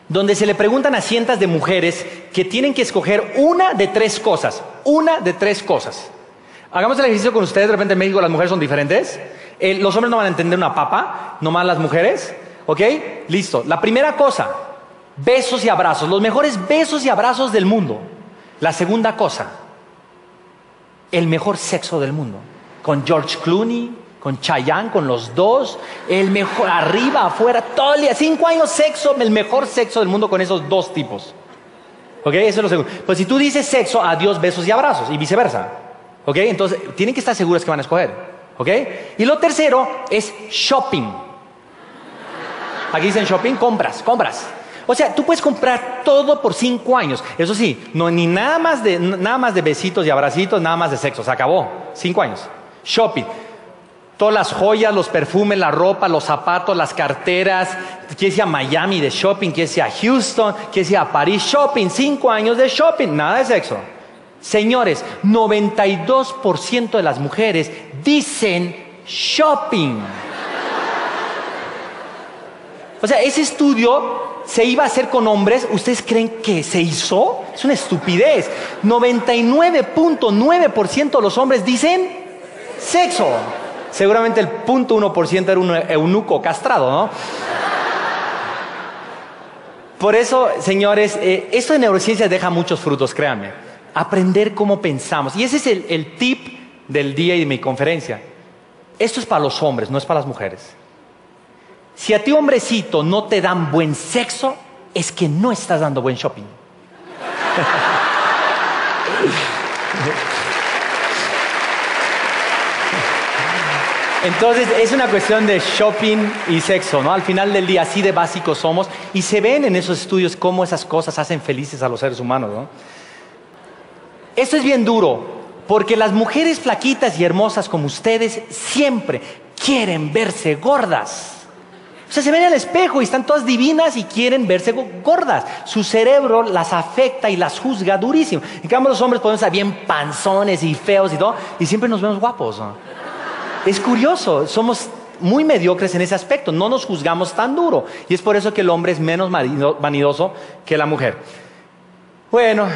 donde se le preguntan a cientos de mujeres que tienen que escoger una de tres cosas. Una de tres cosas. Hagamos el ejercicio con ustedes. De repente en México las mujeres son diferentes. Eh, los hombres no van a entender una papa, nomás las mujeres. ¿Ok? Listo. La primera cosa, besos y abrazos. Los mejores besos y abrazos del mundo. La segunda cosa, el mejor sexo del mundo. Con George Clooney, con Chayanne, con los dos. El mejor, arriba, afuera, todo el día. Cinco años sexo, el mejor sexo del mundo con esos dos tipos. ¿Ok? Eso es lo segundo. Pues si tú dices sexo, adiós, besos y abrazos. Y viceversa. ¿Ok? Entonces, tienen que estar seguros que van a escoger. ¿Ok? Y lo tercero es shopping. Aquí dicen shopping, compras, compras. O sea, tú puedes comprar todo por cinco años. Eso sí, no ni nada más de nada más de besitos y abracitos, nada más de sexo. Se acabó. Cinco años. Shopping. Todas las joyas, los perfumes, la ropa, los zapatos, las carteras. Quieres ir a Miami de shopping, quieres ir a Houston, quieres ir a París, shopping. Cinco años de shopping, nada de sexo. Señores, noventa y dos por ciento de las mujeres dicen shopping. O sea, ese estudio se iba a hacer con hombres. ¿Ustedes creen que se hizo? Es una estupidez. noventa y nueve punto nueve por ciento de los hombres dicen sexo. Seguramente el cero punto uno por ciento era un eunuco castrado, ¿no? Por eso, señores, eh, esto de neurociencia deja muchos frutos, créanme. Aprender cómo pensamos. Y ese es el, el tip del día y de mi conferencia. Esto es para los hombres, no es para las mujeres. Si a ti, hombrecito, no te dan buen sexo, es que no estás dando buen shopping. Entonces, es una cuestión de shopping y sexo, ¿no? Al final del día, así de básicos somos. Y se ven en esos estudios cómo esas cosas hacen felices a los seres humanos, ¿no? Esto es bien duro, porque las mujeres flaquitas y hermosas como ustedes siempre quieren verse gordas. O sea, se ven al espejo y están todas divinas y quieren verse gordas. Su cerebro las afecta y las juzga durísimo. En cambio, los hombres podemos estar bien panzones y feos y todo, y siempre nos vemos guapos, ¿no? Es curioso, somos muy mediocres en ese aspecto, no nos juzgamos tan duro. Y es por eso que el hombre es menos vanidoso que la mujer. Bueno,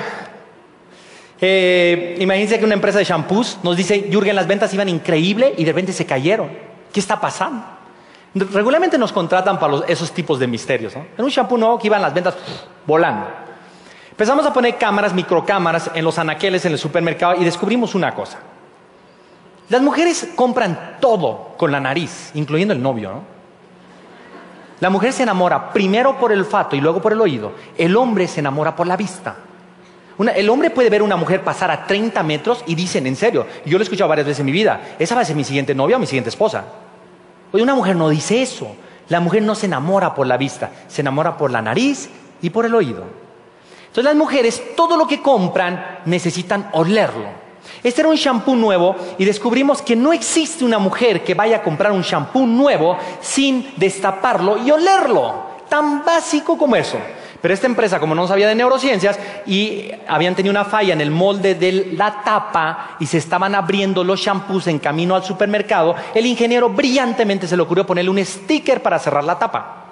eh, imagínense que una empresa de shampoos nos dice, Jürgen, las ventas iban increíble y de repente se cayeron. ¿Qué está pasando? Regularmente nos contratan para los, esos tipos de misterios, ¿no? En un shampoo nuevo que iban las ventas pff, volando. Empezamos a poner cámaras, microcámaras en los anaqueles en el supermercado y descubrimos una cosa. Las mujeres compran todo con la nariz, incluyendo el novio, ¿no? La mujer se enamora primero por el olfato y luego por el oído. El hombre se enamora por la vista. Una, el hombre puede ver a una mujer pasar a treinta metros y dicen, en serio, yo lo he escuchado varias veces en mi vida, esa va a ser mi siguiente novia o mi siguiente esposa. Oye, una mujer no dice eso. La mujer no se enamora por la vista, se enamora por la nariz y por el oído. Entonces las mujeres, todo lo que compran, necesitan olerlo. Este era un shampoo nuevo y descubrimos que no existe una mujer que vaya a comprar un shampoo nuevo sin destaparlo y olerlo. Tan básico como eso. Pero esta empresa, como no sabía de neurociencias y habían tenido una falla en el molde de la tapa y se estaban abriendo los shampoos en camino al supermercado, el ingeniero brillantemente se le ocurrió ponerle un sticker para cerrar la tapa.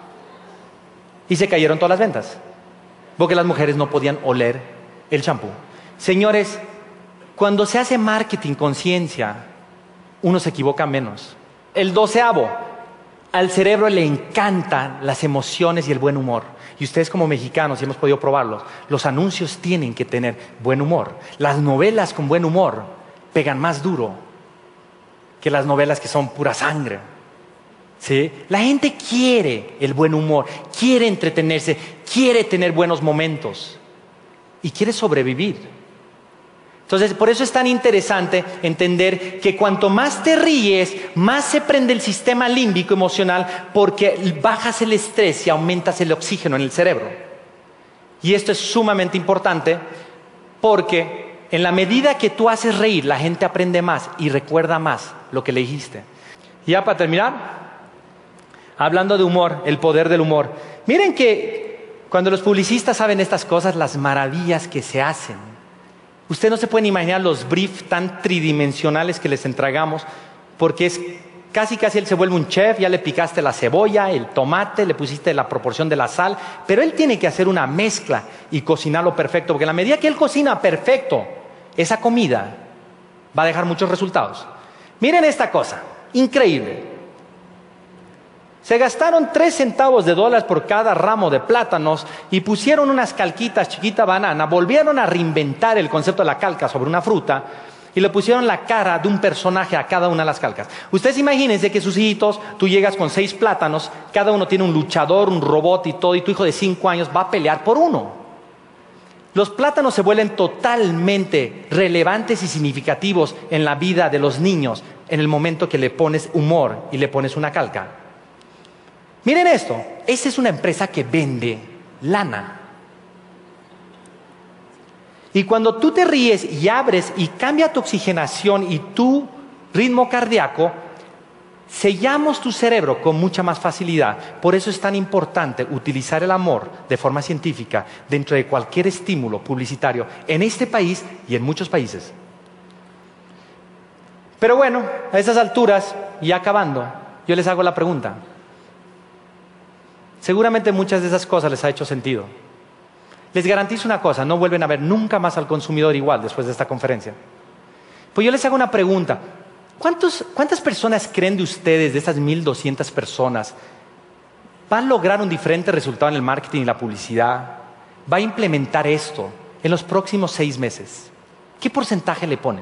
Y se cayeron todas las ventas. Porque las mujeres no podían oler el shampoo. Señores, cuando se hace marketing con ciencia, uno se equivoca menos. El doceavo, al cerebro le encantan las emociones y el buen humor. Y ustedes como mexicanos, y hemos podido probarlos, los anuncios tienen que tener buen humor. Las novelas con buen humor pegan más duro que las novelas que son pura sangre. ¿Sí? La gente quiere el buen humor, quiere entretenerse, quiere tener buenos momentos y quiere sobrevivir. Entonces, por eso es tan interesante entender que cuanto más te ríes, más se prende el sistema límbico emocional porque bajas el estrés y aumentas el oxígeno en el cerebro. Y esto es sumamente importante porque en la medida que tú haces reír, la gente aprende más y recuerda más lo que le dijiste. Y ya para terminar, hablando de humor, el poder del humor. Miren que cuando los publicistas saben estas cosas, las maravillas que se hacen. Ustedes no se pueden imaginar los briefs tan tridimensionales que les entregamos porque es Casi casi él se vuelve un chef, ya le picaste la cebolla, el tomate, le pusiste la proporción de la sal, pero él tiene que hacer una mezcla y cocinarlo perfecto, porque en la medida que él cocina perfecto, esa comida va a dejar muchos resultados. Miren esta cosa, increíble. Se gastaron tres centavos de dólar por cada ramo de plátanos y pusieron unas calquitas chiquita banana, volvieron a reinventar el concepto de la calca sobre una fruta, y le pusieron la cara de un personaje a cada una de las calcas. Ustedes imagínense que sus hijitos, tú llegas con seis plátanos, cada uno tiene un luchador, un robot y todo, y tu hijo de cinco años va a pelear por uno. Los plátanos se vuelven totalmente relevantes y significativos en la vida de los niños en el momento que le pones humor y le pones una calca. Miren esto, esa es una empresa que vende lana. Y cuando tú te ríes y abres y cambia tu oxigenación y tu ritmo cardíaco, sellamos tu cerebro con mucha más facilidad. Por eso es tan importante utilizar el amor de forma científica dentro de cualquier estímulo publicitario en este país y en muchos países. Pero bueno, a esas alturas, y acabando, yo les hago la pregunta. Seguramente muchas de esas cosas les ha hecho sentido. Les garantizo una cosa, no vuelven a ver nunca más al consumidor igual después de esta conferencia. Pues yo les hago una pregunta. ¿Cuántos, ¿Cuántas personas creen de ustedes, de esas mil doscientas personas, van a lograr un diferente resultado en el marketing y la publicidad? ¿Va a implementar esto en los próximos seis meses? ¿Qué porcentaje le ponen?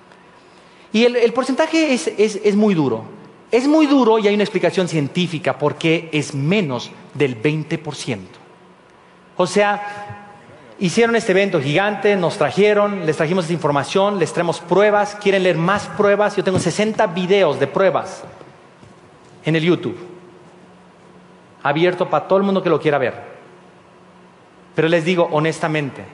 Y el, el porcentaje es, es, es muy duro. Es muy duro y hay una explicación científica porque es menos del veinte por ciento. O sea, hicieron este evento gigante, nos trajeron, les trajimos esta información, les traemos pruebas, quieren leer más pruebas. Yo tengo sesenta videos de pruebas en el YouTube, abierto para todo el mundo que lo quiera ver. Pero les digo honestamente,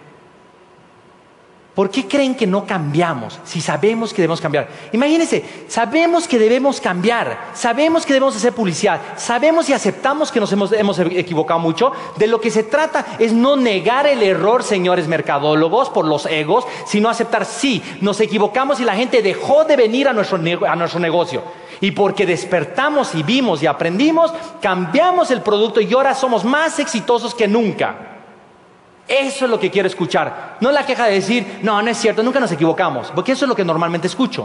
¿por qué creen que no cambiamos si sabemos que debemos cambiar? Imagínense, sabemos que debemos cambiar, sabemos que debemos hacer publicidad, sabemos y aceptamos que nos hemos, hemos equivocado mucho. De lo que se trata es no negar el error, señores mercadólogos, por los egos, sino aceptar, sí, nos equivocamos y la gente dejó de venir a nuestro, a nuestro negocio. Y porque despertamos y vimos y aprendimos, cambiamos el producto y ahora somos más exitosos que nunca. Eso es lo que quiero escuchar. No la queja de decir, no, no es cierto, nunca nos equivocamos. Porque eso es lo que normalmente escucho.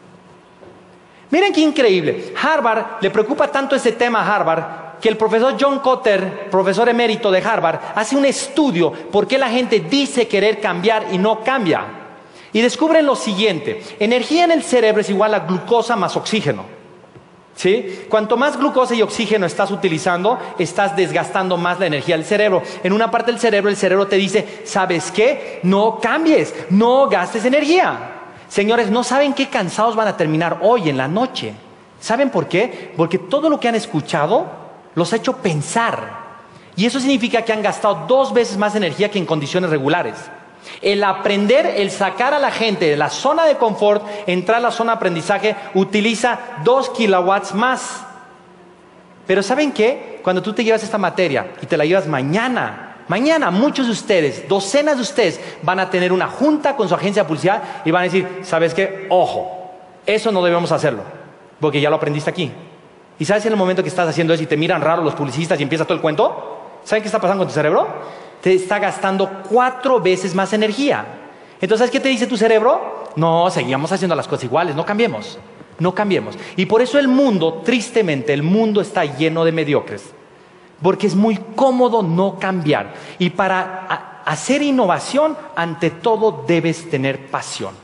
Miren qué increíble. Harvard, le preocupa tanto este tema a Harvard, que el profesor John Kotter, profesor emérito de Harvard, hace un estudio por qué la gente dice querer cambiar y no cambia. Y descubren lo siguiente. Energía en el cerebro es igual a glucosa más oxígeno. ¿Sí? Cuanto más glucosa y oxígeno estás utilizando, estás desgastando más la energía del cerebro. En una parte del cerebro, el cerebro te dice, ¿sabes qué? No cambies, no gastes energía. Señores, no saben qué cansados van a terminar hoy en la noche. ¿Saben por qué? Porque todo lo que han escuchado los ha hecho pensar. Y eso significa que han gastado dos veces más energía que en condiciones regulares. El aprender, el sacar a la gente de la zona de confort, entrar a la zona de aprendizaje, utiliza dos kilowatts más. Pero ¿saben qué? Cuando tú te llevas esta materia y te la llevas mañana, mañana muchos de ustedes, docenas de ustedes, van a tener una junta con su agencia de publicidad y van a decir, ¿sabes qué? Ojo, eso no debemos hacerlo, porque ya lo aprendiste aquí. ¿Y sabes en el momento que estás haciendo eso y te miran raro los publicistas y empieza todo el cuento? ¿Saben qué está pasando con tu cerebro? Te está gastando cuatro veces más energía. Entonces, ¿sabes qué te dice tu cerebro? No, seguimos haciendo las cosas iguales, no cambiemos, no cambiemos. Y por eso el mundo, tristemente, el mundo está lleno de mediocres. Porque es muy cómodo no cambiar. Y para a, hacer innovación, ante todo debes tener pasión.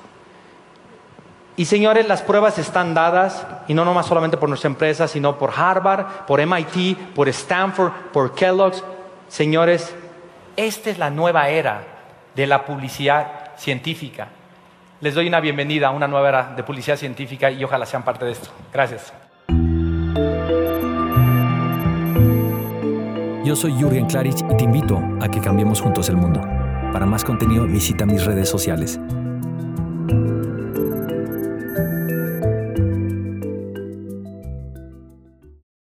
Y señores, las pruebas están dadas, y no nomás solamente por nuestra empresa, sino por Harvard, por M I T, por Stanford, por Kellogg's. Señores, esta es la nueva era de la publicidad científica. Les doy una bienvenida a una nueva era de publicidad científica y ojalá sean parte de esto. Gracias. Yo soy Jürgen Klarich y te invito a que cambiemos juntos el mundo. Para más contenido visita mis redes sociales.